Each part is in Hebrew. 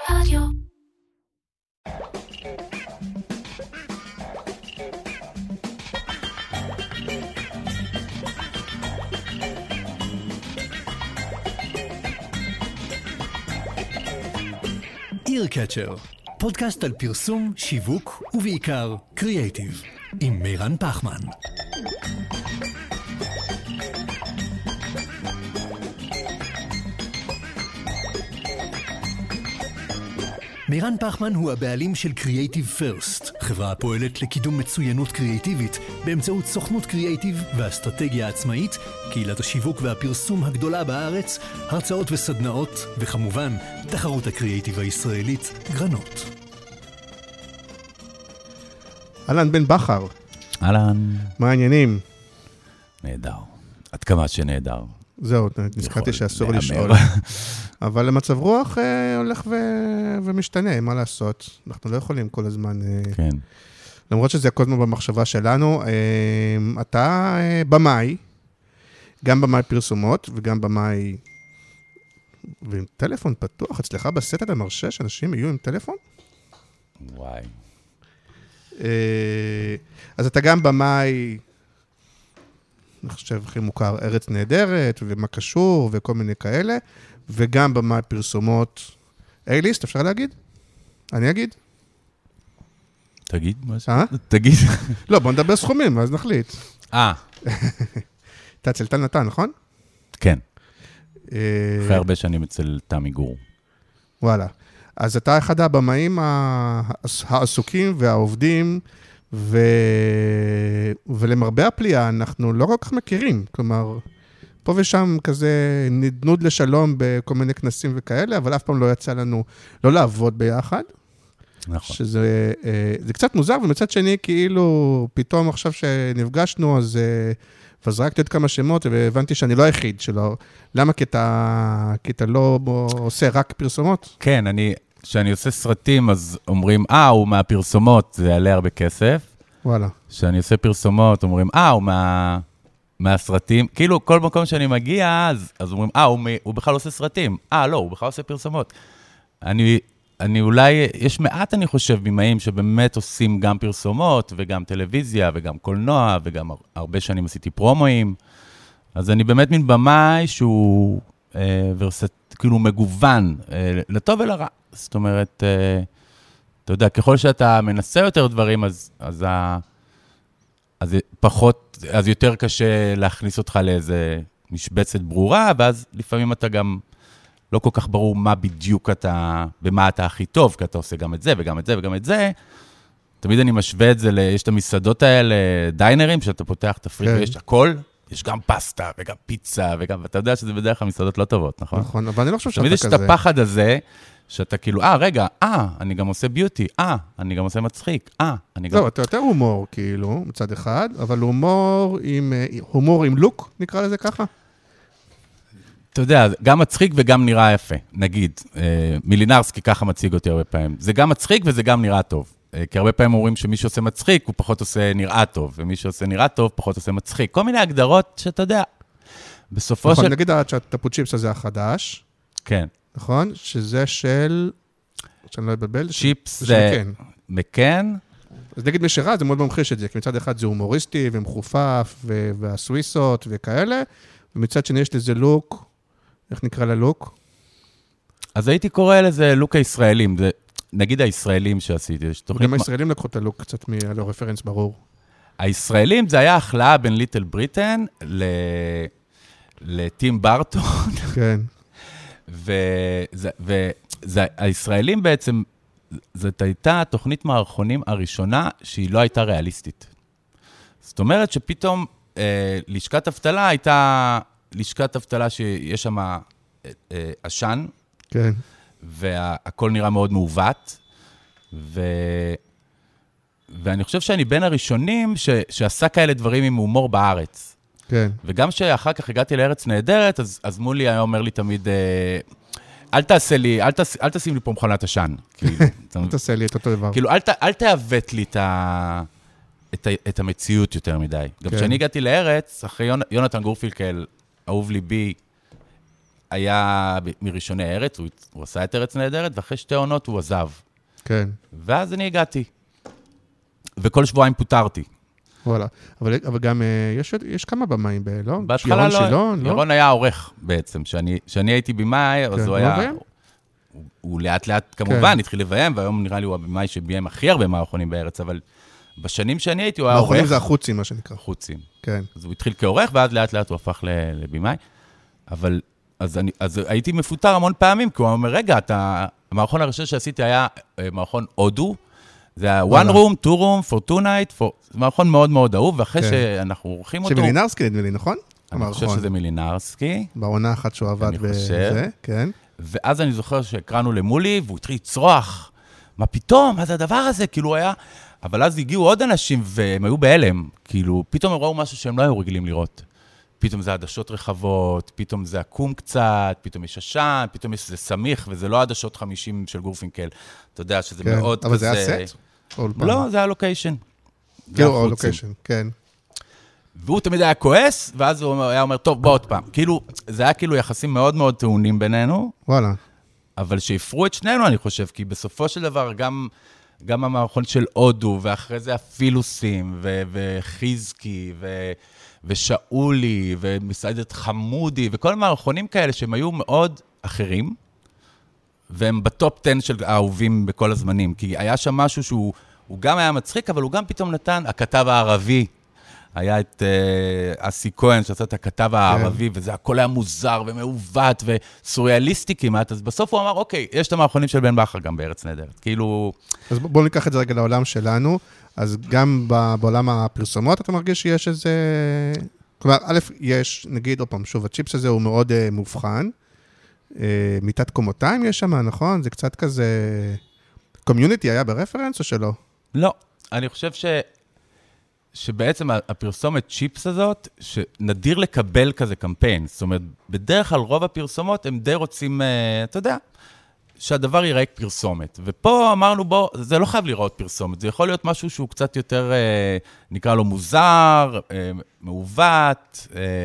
רדיו. אירקצ'ר, פודקאסט על פרסום, שיווק ובעיקר קריאייטיב, עם מירן פחמן. מירן פחמן הוא הבעלים של קריאייטיב פירסט, חברה הפועלת לקידום מצוינות קריאייטיבית באמצעות סוכנות קריאייטיב ואסטרטגיה עצמאית, קהילת השיווק והפרסום הגדולה בארץ, הרצאות וסדנאות, וכמובן, תחרות הקריאייטיב הישראלית, גרנות. אלן בן בחר. אהלן. מה העניינים? נהדר. עד כמה שנהדר. זהו, נזכרתי שאסור לשאול. אבל המצב רוח הולך ומשתנה, מה לעשות? אנחנו לא יכולים כל הזמן... כן. למרות שזה כל הזמן במחשבה שלנו. אתה במאי, גם במאי פרסומות וגם במאי... ועם טלפון פתוח, אצלך בסט אתה מרשה שאנשים יהיו עם טלפון? וואי. אז אתה גם במאי... אני חושב הכי מוכר, ארץ נהדרת, ומה קשור, וכל מיני כאלה, וגם במאי פרסומות, A-ליסט, אפשר להגיד? אני אגיד? תגיד מה זה? תגיד. לא, בוא נדבר סכומים, אז נחליט. אתה אצל טל נתן, נכון? כן. אחרי הרבה שנים אצל תמי גור. וואלה. אז אתה אחד הבמאים העסוקים והעובדים, ולמרבה הפליאה, אנחנו לא כל כך מכירים, כלומר, פה ושם כזה נדנוד לשלום בכל מיני כנסים וכאלה, אבל אף פעם לא יצא לנו לא לעבוד ביחד. נכון. שזה קצת מוזר, ומצד שני, כאילו, פתאום עכשיו שנפגשנו, אז זרקתי עוד כמה שמות, והבנתי שאני לא היחיד שלו. למה? כי אתה לא עושה רק פרסומות? כן, כשאני עושה סרטים, אז אומרים, הוא מהפרסומות, זה יעלה הרבה כסף. וואלה. כשאני עושה פרסומות, אומרים, הוא מהסרטים. כאילו, כל מקום שאני מגיע, אז אומרים, הוא בכלל עושה סרטים. לא, הוא בכלל עושה פרסומות. אני אולי, יש מעט, אני חושב, במאים שבאמת עושים גם פרסומות, וגם טלוויזיה, וגם קולנוע, וגם הרבה שנים עשיתי פרומואים. אז אני באמת מין במאי שהוא כאילו מגוון, לטוב ולרע. זאת אומרת, אתה יודע, ככל שאתה מנסה יותר דברים, אז יותר קשה להכניס אותך לאיזה משבצת ברורה, ואז לפעמים אתה גם לא כל כך ברור מה בדיוק במה אתה הכי טוב, כי אתה עושה גם את זה, וגם את זה, וגם את זה. תמיד אני משווה את זה, יש את המסעדות האלה, דיינרים, שאתה פותח תפריט ויש הכל, יש גם פסטה וגם פיצה, ואתה יודע שזה בדרך כלל מסעדות לא טובות, נכון? נכון, אבל אני לא חושב שאתה תמיד כזה. יש את הפחד הזה, שאתה כאילו, רגע, אני גם עושה ביוטי, אני גם עושה מצחיק, אני גם... זהו, אתה יותר הומור, כאילו, מצד אחד, אבל הומור עם לוק, נקרא לזה ככה? אתה יודע, גם מצחיק וגם נראה יפה, נגיד, מילינרסקי ככה מציג אותי הרבה פעמים. זה גם מצחיק וזה גם נראה טוב. כי הרבה פעמים אומרים שמי שעושה מצחיק, הוא פחות עושה נראה טוב, ומי שעושה נראה טוב, פחות עושה מצחיק. כל מיני הגדרות שאתה יודע. בסופו נכון, נגיד שהטפות צ'יפס הזה החדש. כן. נכון? שזה שאני לא אבלבל. צ'יפס זה מקן. אז נגיד מי שראה, זה מאוד ממחיש את זה, כי מצד אחד זה הומוריסטי ומחופף, והסוויסות וכאלה, ומצד שני יש לזה לוק, איך נקרא ללוק? אז הייתי קורא לזה לוק הישראלים, זה נגיד הישראלים שעשיתי. גם הישראלים לקחו את הלוק קצת מהלא רפרנס ברור. הישראלים זה היה החלאה בין ליטל בריטן לטים ברטון. כן. והישראלים בעצם, זאת הייתה תוכנית מערכונים הראשונה שהיא לא הייתה ריאליסטית. זאת אומרת שפתאום לשכת אבטלה הייתה לשכת אבטלה שיש שם עשן, כן. והכל נראה מאוד מעוות, ואני חושב שאני בין הראשונים שעשה כאלה דברים עם הומור בארץ. כן. וגם שאחר כך הגעתי לארץ נהדרת, אז מולי היה אומר לי תמיד, אל תשים לי פה מכונת עשן. אל תעשה לי את אותו דבר. כאילו, אל תעוות לי את המציאות יותר מדי. גם כשאני הגעתי לארץ, אחרי יונתן גורפילקל, אהוב ליבי, היה מראשוני ארץ, הוא עשה את ארץ נהדרת, ואחרי 2 עונות הוא עזב. כן. ואז אני הגעתי. וכל שבועיים פוטרתי. וואלה. אבל גם יש כמה במאים, לא? בהתחלה לא. שילון, לא? ירון היה עורך בעצם. כשאני הייתי במאי, אז הוא היה... הוא לאט לאט כמובן התחיל לביים, והיום נראה לי הוא הבמאי שביים הכי הרבה מערכונים בארץ, אבל בשנים שאני הייתי הוא היה עורך. מערכונים זה החוצים, מה שנקרא. חוצים. כן. אז הוא התחיל כעורך, ואז לאט לאט הוא הפך לבמאי. אבל, אז הייתי מפוטר המון פעמים, כי הוא אומר, רגע, המערכון הראשון שעשיתי היה מערכון הודו, זה היה one room, 2 room, for 2 night, זה מערכון מאוד מאוד אהוב, ואחרי שאנחנו עורכים אותו... שמילינרסקי נדמה לי, נכון? אני חושב שזה מילינרסקי. בעונה אחת שהוא עבד בזה, כן. ואז אני זוכר שהקראנו למולי, והוא התחיל לצרוח, מה פתאום, מה זה הדבר הזה? כאילו היה... אבל אז הגיעו עוד אנשים, והם היו בהלם. כאילו, פתאום הם ראו משהו שהם לא היו רגילים לראות. פתאום זה עדשות רחבות, פתאום זה עקום קצת, פתאום יש עשן, פתאום יש זה סמיך, וזה לא עדשות 50 של גורפינקל. אתה יודע שזה מאוד כזה... אבל זה היה סט? לא, זה היה לוקיישן. כאילו, לוקיישן, כן. והוא תמיד היה כועס, ואז הוא היה אומר, טוב, בוא עוד פעם. כאילו, זה היה כאילו יחסים מאוד מאוד טעונים בינינו. וואלה. אבל שהפרו את שנינו, אני חושב, כי בסופו של דבר, גם המערכון של הודו, ואחרי זה הפילוסים, וחיזקי, ושאולי, ומסעדת חמודי, וכל המערכונים כאלה שהם היו מאוד אחרים, והם בטופ 10 של האהובים בכל הזמנים, כי היה שם משהו שהוא גם היה מצחיק, אבל הוא גם פתאום נתן, הכתב הערבי, היה את אסי כהן שעשה את הכתב הערבי, וזה הכל היה מוזר ומעוות וסוריאליסטי כמעט, אז בסוף הוא אמר, אוקיי, יש את המערכונים של בן בכר גם בארץ נהדרת, כאילו... אז בואו ניקח את זה רגע לעולם שלנו, אז גם בעולם הפרסומות אתה מרגיש שיש איזה... כלומר, א', יש, נגיד, עוד פעם, שוב, הצ'יפס הזה הוא מאוד מובחן, מיטת קומותיים יש שם, נכון? זה קצת כזה... קומיוניטי היה ברפרנס או שלא? לא, אני חושב שבעצם הפרסומת צ'יפס הזאת, שנדיר לקבל כזה קמפיין, זאת אומרת, בדרך כלל רוב הפרסומות הם די רוצים, אתה יודע, שהדבר ייראה פרסומת. ופה אמרנו, בוא, זה לא חייב לראות פרסומת, זה יכול להיות משהו שהוא קצת יותר, נקרא לו מוזר, מעוות,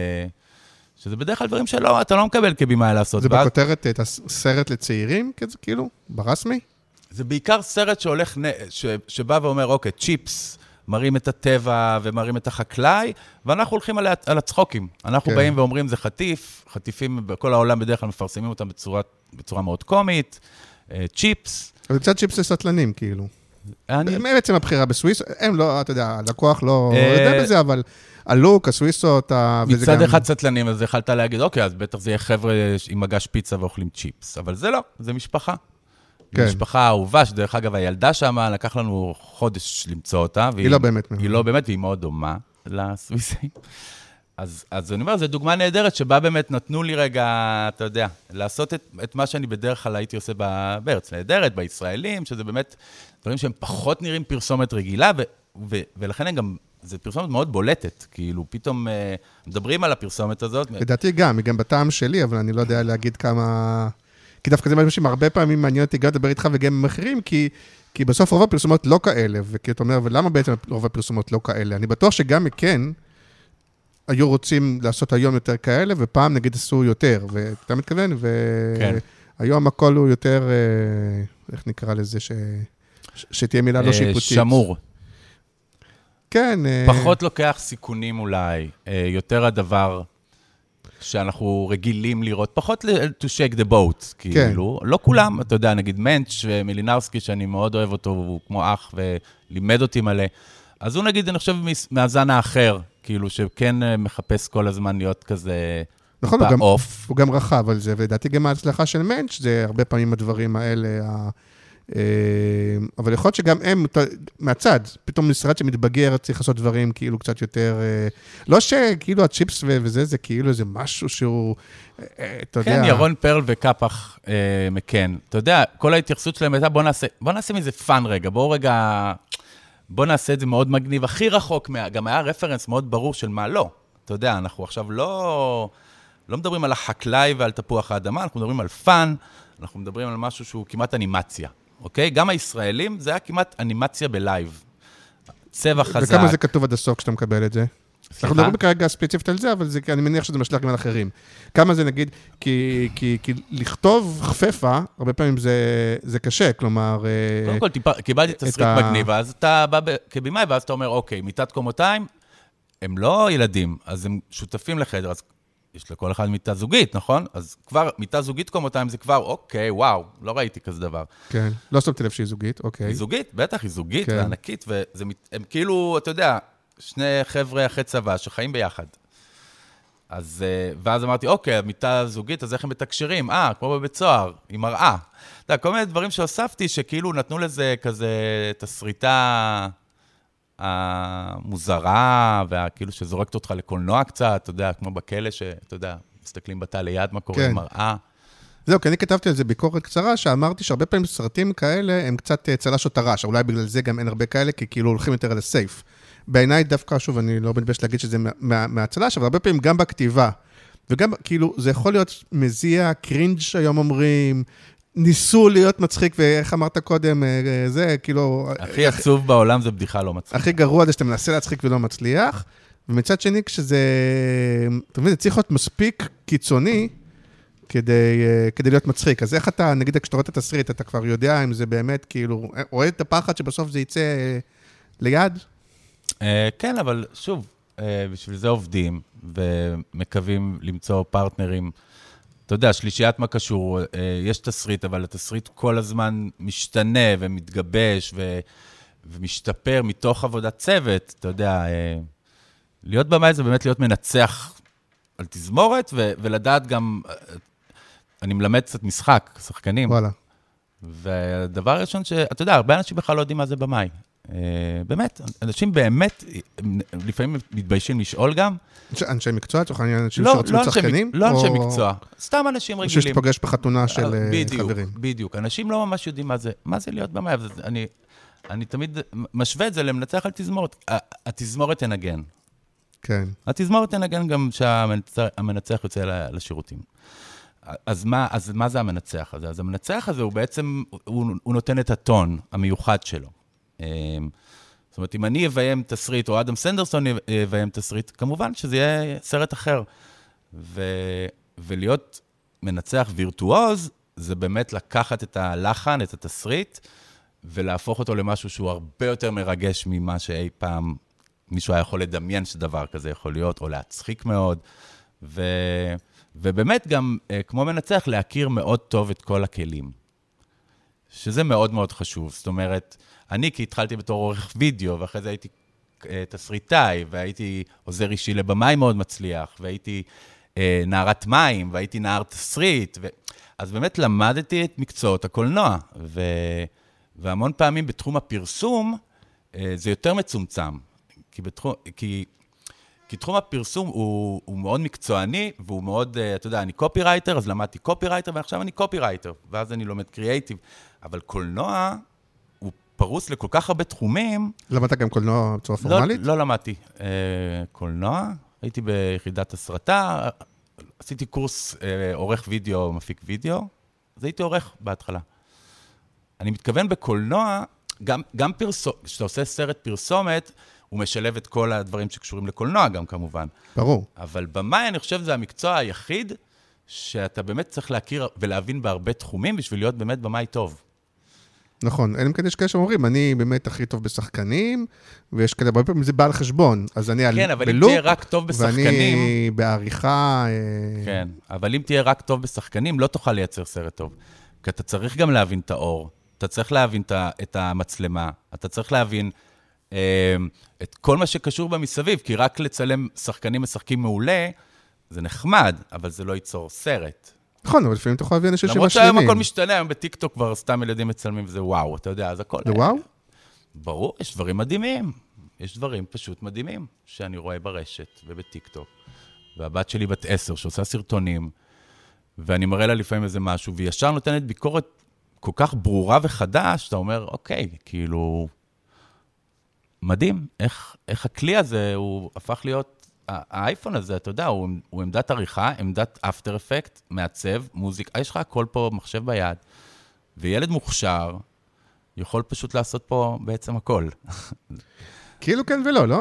שזה בדרך כלל דברים שלא, אתה לא מקבל כבימה לעשות. זה בכותרת את הסרט לצעירים, כאילו, ברסמי? זה בעיקר סרט שהולך, שבא ואומר, אוקיי, צ'יפס, מראים את הטבע ומראים את החקלאי, ואנחנו הולכים על הצחוקים. אנחנו באים ואומרים, זה חטיף, חטיפים בכל העולם בדרך כלל מפרסמים אותם בצורה מאוד קומית, צ'יפס. אבל קצת צ'יפס לסטלנים, כאילו. בעצם הבחירה בסוויס, הם לא, אתה יודע, הלקוח לא יודע בזה, אבל הלוק, הסוויסות, מצד אחד סטלנים, אז יכלת להגיד, אוקיי, אז בטח זה יהיה חבר'ה עם מגש פיצה ואוכלים צ'יפס, אבל זה לא, זה משפחה. משפחה אהובה, שדרך אגב הילדה שם, לקח לנו חודש למצוא אותה. היא לא באמת. היא לא באמת, והיא מאוד דומה לסוויסאים. אז אני אומר, זו דוגמה נהדרת, שבה באמת נתנו לי רגע, אתה יודע, לעשות את מה שאני בדרך כלל הייתי עושה בארץ נהדרת, בישראלים, שזה באמת דברים שהם פחות נראים פרסומת רגילה, ולכן הם גם, זו פרסומת מאוד בולטת, כאילו פתאום מדברים על הפרסומת הזאת. לדעתי גם, היא גם בטעם שלי, אבל אני לא יודע להגיד כמה... כי דווקא זה משהו הרבה פעמים מעניין אותי גם לדבר איתך וגם עם אחרים, כי בסוף רוב הפרסומות לא כאלה, וכי אתה אומר, ולמה בעצם רוב הפרסומות לא כאלה? אני בטוח שגם מכן היו רוצים לעשות היום יותר כאלה, ופעם נגיד עשו יותר, ואתה מתכוון, והיום הכל הוא יותר, איך נקרא לזה, שתהיה מילה לא שיפוטית. שמור. כן. פחות לוקח סיכונים אולי, יותר הדבר... שאנחנו רגילים לראות, פחות to shake the boat, כאילו, לא כולם, אתה יודע, נגיד מנץ' ומילינרסקי, שאני מאוד אוהב אותו, הוא כמו אח, ולימד אותי מלא, אז הוא נגיד, אני חושב, מהזן האחר, כאילו, שכן מחפש כל הזמן להיות כזה, נכון, הוא גם רחב על זה, ולדעתי גם ההצלחה של מנץ' זה הרבה פעמים הדברים האלה, אבל יכול להיות שגם הם, מהצד, פתאום משרד שמתבגר צריך לעשות דברים כאילו קצת יותר, לא שכאילו הצ'יפס וזה, זה כאילו איזה משהו שהוא, אתה יודע... כן, ירון פרל וקפח מקן. אתה יודע, כל ההתייחסות שלהם הייתה, בוא נעשה מזה פאן רגע, בוא נעשה את זה מאוד מגניב, הכי רחוק, גם היה רפרנס מאוד ברור של מה לא. אתה יודע, אנחנו עכשיו לא מדברים על החקלאי ועל תפוח האדמה, אנחנו מדברים על פאן, אנחנו מדברים על משהו שהוא כמעט אנימציה. אוקיי? גם הישראלים, זה היה כמעט אנימציה בלייב. צבע חזק. וכמה זה כתוב עד הסוף כשאתה מקבל את זה? אנחנו מדברים כרגע ספציפית על זה, אבל אני מניח שזה משליך גם על אחרים. כמה זה נגיד, כי לכתוב חפפה, הרבה פעמים זה קשה, כלומר... קודם כל, קיבלתי תסריט מגניב, אז אתה בא כבימאי, ואז אתה אומר, אוקיי, מיטת קומותיים, הם לא ילדים, אז הם שותפים לחדר, אז יש לכל אחד מיטה זוגית, נכון? אז כבר, מיטה זוגית קומותיים זה כבר, אוקיי, וואו, לא ראיתי כזה דבר. כן, לא שמתי לב שהיא זוגית, אוקיי. היא זוגית, בטח, היא זוגית וענקית, והם כאילו, אתה יודע, שני חבר'ה אחרי צבא שחיים ביחד. אז, ואז אמרתי, אוקיי, המיטה זוגית, אז איך הם מתקשרים? כמו בבית סוהר, היא מראה. אתה יודע, כל מיני דברים שהוספתי, שכאילו נתנו לזה כזה תסריטה המוזרה, וכאילו שזורקת אותך לקולנוע קצת, אתה יודע, כמו בכלא, שאתה יודע, מסתכלים בתא ליד מה קורה, מראה. זהו, כי אני כתבתי על זה ביקורת קצרה, שאמרתי שהרבה פעמים סרטים כאלה הם קצת צלש או טרש, אולי בגלל זה גם אין הרבה כאלה, כי כאילו הולכים יותר על הסייף. בעיניי דווקא, שוב, אני לא מתבייש להגיד שזה מהצלש, אבל הרבה פעמים גם בכתיבה, וגם כאילו זה יכול להיות מזיע, קרינג' היום אומרים, ניסו להיות מצחיק, ואיך אמרת קודם, זה כאילו... הכי עצוב בעולם זה בדיחה לא מצחיק. הכי גרוע זה שאתה מנסה להצחיק ולא מצליח, ומצד שני כשזה, אתה מבין, זה צריך להיות מספיק קיצוני, כדי להיות מצחיק. אז איך אתה, נגיד, כשאתה רואה את התסריט, אתה כבר יודע אם זה באמת, כאילו, רואה את הפחד שבסוף זה יצא ליד? כן, אבל שוב, בשביל זה עובדים, ומקווים למצוא פרטנרים. אתה יודע, שלישיית מה קשור, יש תסריט, אבל התסריט כל הזמן משתנה ומתגבש ומשתפר מתוך עבודת צוות. אתה יודע, להיות במאי זה באמת להיות מנצח על תזמורת, ולדעת גם, אני מלמד קצת משחק, שחקנים. וואלה. והדבר הראשון אתה יודע, הרבה אנשים בכלל לא יודעים מה זה במאי. באמת, אנשים באמת, לפעמים מתביישים לשאול גם. אנשי מקצוע, אנשים שרוצים שחקנים? לא אנשי מקצוע, סתם אנשים רגילים. שתפגש בחתונה של חברים. בדיוק, אנשים לא ממש יודעים מה זה להיות במאי. אני תמיד משווה את זה למנצח על תזמורת. התזמורת תנגן. כן. התזמורת תנגן גם שהמנצח יוצא לשירותים. אז מה זה המנצח הזה? אז המנצח הזה הוא בעצם, הוא נותן את הטון המיוחד שלו. זאת אומרת, אם אני אביים תסריט, או אדם סנדרסון אביים תסריט, כמובן שזה יהיה סרט אחר. ולהיות מנצח וירטואוז, זה באמת לקחת את הלחן, את התסריט, ולהפוך אותו למשהו שהוא הרבה יותר מרגש ממה שאי פעם מישהו היה יכול לדמיין שדבר כזה יכול להיות, או להצחיק מאוד. ובאמת גם, כמו מנצח, להכיר מאוד טוב את כל הכלים. שזה מאוד מאוד חשוב. זאת אומרת, אני כי התחלתי בתור עורך וידאו, ואחרי זה הייתי תסריטאי, והייתי עוזר אישי לבמאי מאוד מצליח, והייתי נערת מים, והייתי נער תסריט, אז באמת למדתי את מקצועות הקולנוע, והמון פעמים בתחום הפרסום, זה יותר מצומצם, כי תחום הפרסום הוא מאוד מקצועני, והוא מאוד, אתה יודע, אני קופירייטר, אז למדתי קופירייטר, ועכשיו אני קופירייטר, ואז אני לומד קריאייטיב, אבל קולנוע הוא פרוס לכל כך הרבה תחומים. למדת גם קולנוע בצורה פורמלית? לא למדתי קולנוע, הייתי ביחידת הסרטה, עשיתי קורס עורך וידאו, מפיק וידאו, אז הייתי עורך בהתחלה. אני מתכוון בקולנוע, גם כשאתה עושה סרט פרסומת, הוא משלב את כל הדברים שקשורים לקולנוע גם כמובן. ברור. אבל במאי אני חושב שזה המקצוע היחיד שאתה באמת צריך להכיר ולהבין בהרבה תחומים בשביל להיות באמת במאי טוב. נכון, אין כאלה שכאלה שאומרים, אני באמת הכי טוב בשחקנים, ויש כאלה, הרבה פעמים זה בא על חשבון, אז אני כן, אבל אם תהיה רק טוב בשחקנים... ואני בעריכה... כן, אבל אם תהיה רק טוב בשחקנים, לא תוכל לייצר סרט טוב. כי אתה צריך גם להבין את האור, אתה צריך להבין את המצלמה, אתה צריך להבין את כל מה שקשור במסביב, כי רק לצלם שחקנים משחקים מעולה, זה נחמד, אבל זה לא ייצור סרט. נכון, אבל לפעמים אתה יכול להביא אנשים שמשלימים. למרות שהיום הכל משתנה, היום בטיקטוק כבר סתם ילדים מצלמים, וזה וואו, אתה יודע, אז הכל... זה וואו? ברור, יש דברים מדהימים. יש דברים פשוט מדהימים, שאני רואה ברשת ובטיקטוק. והבת שלי בת 10, שעושה סרטונים, ואני מראה לה לפעמים איזה משהו, וישר נותנת ביקורת כל כך ברורה וחדה, שאתה אומר, אוקיי, כאילו... מדהים, איך הכלי הזה הוא הפך להיות, האייפון הזה, אתה יודע, הוא עמדת עריכה, עמדת אפטר אפקט, מעצב, מוזיקה, יש לך הכל פה מחשב ביד, וילד מוכשר יכול פשוט לעשות פה בעצם הכל. כאילו כן ולא, לא?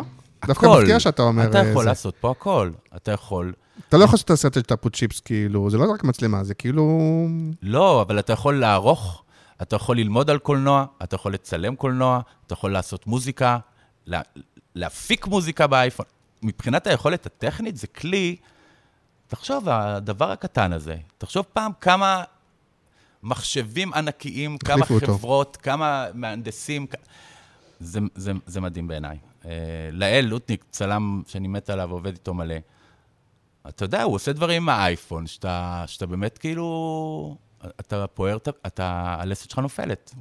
דווקא מפתיע שאתה אומר... אתה יכול לעשות פה הכל. אתה יכול... אתה לא יכול לעשות את הסרט שאתה פוט צ'יפס, כאילו, זה לא רק מצלמה, זה כאילו... לא, אבל אתה יכול לערוך, אתה יכול ללמוד על קולנוע, אתה יכול לצלם קולנוע, אתה יכול לעשות מוזיקה, להפיק מוזיקה באייפון. מבחינת היכולת הטכנית, זה כלי, תחשוב, הדבר הקטן הזה, תחשוב פעם כמה מחשבים ענקיים, כמה חברות, כמה מהנדסים, זה מדהים בעיניי. לאל לוטניק, צלם שאני מת עליו, עובד איתו מלא. אתה יודע, הוא עושה דברים עם האייפון, שאתה באמת כאילו, אתה פוער, הלסת שלך נופלת.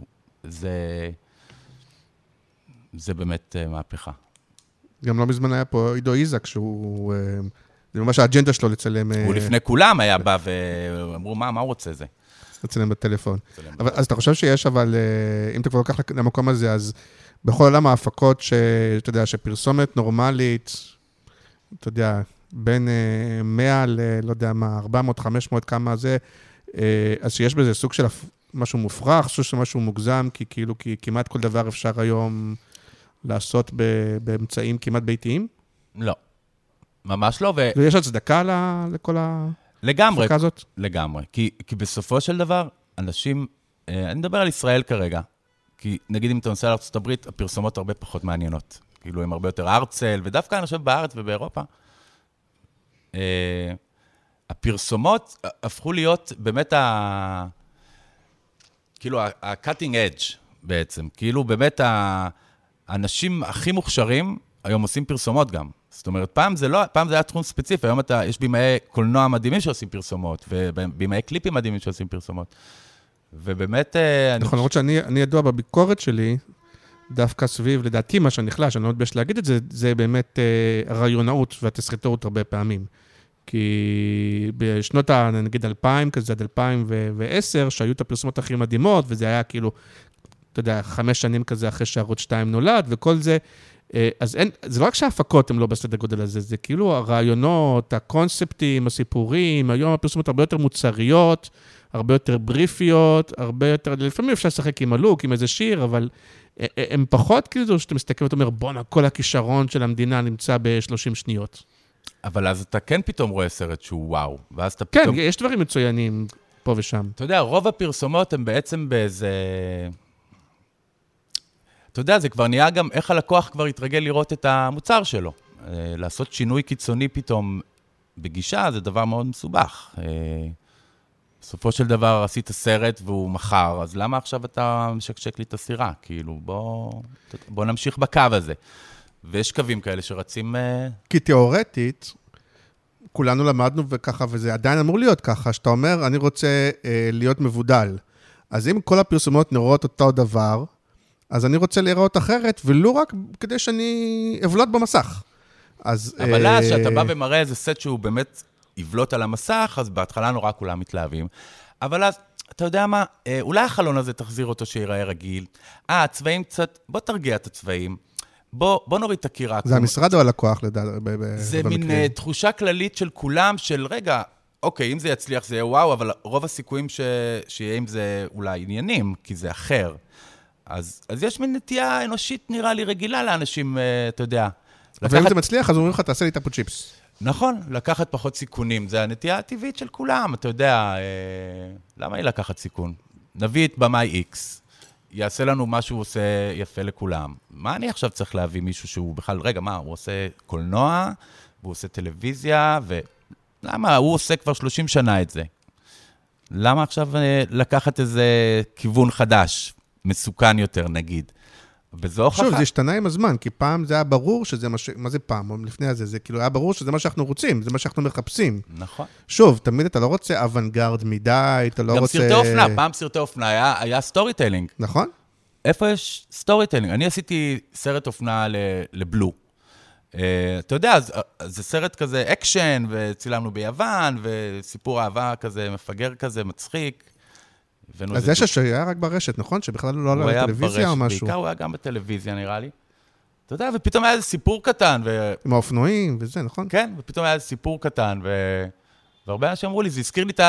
זה באמת מהפכה. גם לא מזמן היה פה עידו איזק, שהוא, זה ממש האג'נדה שלו לצלם... הוא לפני כולם היה בא ואמרו, מה הוא רוצה זה? לצלם בטלפון. אז אתה חושב שיש, אבל אם אתה כבר לוקח למקום הזה, אז בכל עולם ההפקות, שאתה יודע, שפרסומת נורמלית, אתה יודע, בין 100 ל, לא יודע מה, 400, 500, כמה זה, אז שיש בזה סוג של משהו מופרך, סוג של משהו מוגזם, כי כאילו, כי כמעט כל דבר אפשר היום לעשות באמצעים כמעט ביתיים? לא, ממש לא. ויש הצדקה לכל ההפקה הזאת? לגמרי, כי בסופו של דבר, אנשים, אני מדבר על ישראל כרגע, כי נגיד אם אתה נוסע לארצות הברית, הפרסומות הרבה פחות מעניינות. כאילו, הם הרבה יותר ארצל, ודווקא אני חושב בארץ ובאירופה, הפרסומות הפכו להיות באמת כאילו ה-cutting edge בעצם, כאילו באמת האנשים הכי מוכשרים היום עושים פרסומות גם. זאת אומרת, פעם זה היה תחום ספציפי, היום יש בימאי קולנוע מדהימים שעושים פרסומות, ובימאי קליפים מדהימים שעושים פרסומות. ובאמת... נכון, למרות שאני ידוע בביקורת שלי, דווקא סביב, לדעתי מה שנחלש, אני לא מתבייש להגיד את זה, זה באמת הרעיונאות והתסריטאות הרבה פעמים. כי בשנות, נגיד 2000, כזה עד 2010, שהיו את הפרסומות הכי מדהימות, וזה היה כאילו, אתה יודע, 5 שנים כזה אחרי שערוץ 2 נולד, וכל זה, אז זה לא רק שההפקות הן לא בסדר גודל הזה, זה כאילו הרעיונות, הקונספטים, הסיפורים, היום הפרסומות הרבה יותר מוצריות, הרבה יותר בריפיות, הרבה יותר, לפעמים אפשר לשחק עם הלוק, עם איזה שיר, אבל הם פחות כאילו שאתה מסתכל ואתה אומר, בונה, כל הכישרון של המדינה נמצא ב-30 שניות. אבל אז אתה כן פתאום רואה סרט שהוא וואו, ואז אתה כן, פתאום... יש דברים מצוינים פה ושם. אתה יודע, רוב הפרסומות הן בעצם באיזה... אתה יודע, זה כבר נהיה גם איך הלקוח כבר יתרגל לראות את המוצר שלו. לעשות שינוי קיצוני פתאום בגישה, זה דבר מאוד מסובך. בסופו של דבר עשית סרט והוא מחר, אז למה עכשיו אתה משקשק לי את הסירה? כאילו, בוא נמשיך בקו הזה. ויש קווים כאלה שרצים... כי תיאורטית, כולנו למדנו וככה, וזה עדיין אמור להיות ככה, שאתה אומר, אני רוצה להיות מבודל. אז אם כל הפרסומות נראות אותו דבר, אז אני רוצה לראות אחרת, ולא רק כדי שאני אבלוט במסך. אבל אז שאתה בא ומראה איזה סט שהוא באמת יבלוט על המסך, אז בהתחלה נורא כולם מתלהבים. אבל אז, אתה יודע מה, אולי החלון הזה תחזיר אותו שיראה רגיל. הצבעים קצת, בוא תרגיע את הצבעים. בוא נוריד את הקירה. זה המשרד או הלקוח לדעת? זה מין תחושה כללית של כולם, של רגע, אוקיי, אם זה יצליח זה יהיה וואו, אבל רוב הסיכויים שיהיה עם זה אולי עניינים, כי זה אחר. אז יש מין נטייה אנושית, נראה לי, רגילה לאנשים, אתה יודע. ואם זה מצליח, אז אומרים לך, תעשה לי טאפו צ'יפס. נכון, לקחת פחות סיכונים. זה הנטייה הטבעית של כולם, אתה יודע. למה היא לקחת סיכון? נביא את במאי X, יעשה לנו מה שהוא עושה יפה לכולם. מה אני עכשיו צריך להביא מישהו שהוא בכלל, רגע, מה, הוא עושה קולנוע, והוא עושה טלוויזיה, למה? הוא עושה כבר 30 שנה את זה. למה עכשיו לקחת איזה כיוון חדש? מסוכן יותר, נגיד. שוב, זה השתנה עם הזמן, כי פעם זה היה ברור שזה מה זה פעם, לפני הזה, זה כאילו היה ברור שזה מה שאנחנו רוצים, זה מה שאנחנו מחפשים. נכון. שוב, תמיד אתה לא רוצה אוונגרד מדי, אתה לא רוצה... גם סרטי אופנה, פעם סרטי אופנה היה סטורי טיילינג. נכון. איפה יש סטורי טיילינג? אני עשיתי סרט אופנה לבלו. אתה יודע, זה סרט כזה אקשן, וצילמנו ביוון, וסיפור אהבה כזה מפגר כזה, מצחיק. אז זה שהיה רק ברשת, נכון? שבכלל לא עלה לטלוויזיה או משהו? בעיקר הוא היה גם בטלוויזיה, נראה לי. אתה יודע, ופתאום היה איזה סיפור קטן. עם האופנועים וזה, נכון? כן, ופתאום היה איזה סיפור קטן, והרבה אנשים אמרו לי, זה הזכיר לי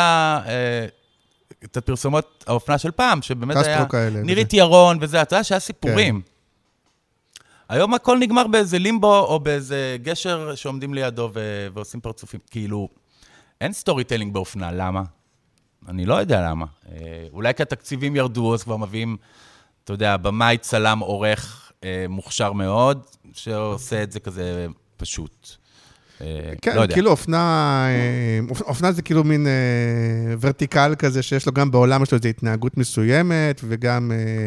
את הפרסומות האופנה של פעם, שבאמת היה... נראית ירון וזה, אתה יודע שהיה סיפורים. היום הכל נגמר באיזה לימבו, או באיזה גשר שעומדים לידו ועושים פרצופים. כאילו, אין סטורי טיילינג באופנה, למה? אני לא יודע למה. אולי כי התקציבים ירדו, אז כבר מביאים, אתה יודע, במאי צלם עורך מוכשר מאוד, שעושה את זה כזה פשוט. כן, כאילו אופנה זה כאילו מין ורטיקל כזה, שיש לו גם בעולם, יש לו איזו התנהגות מסוימת, וגם,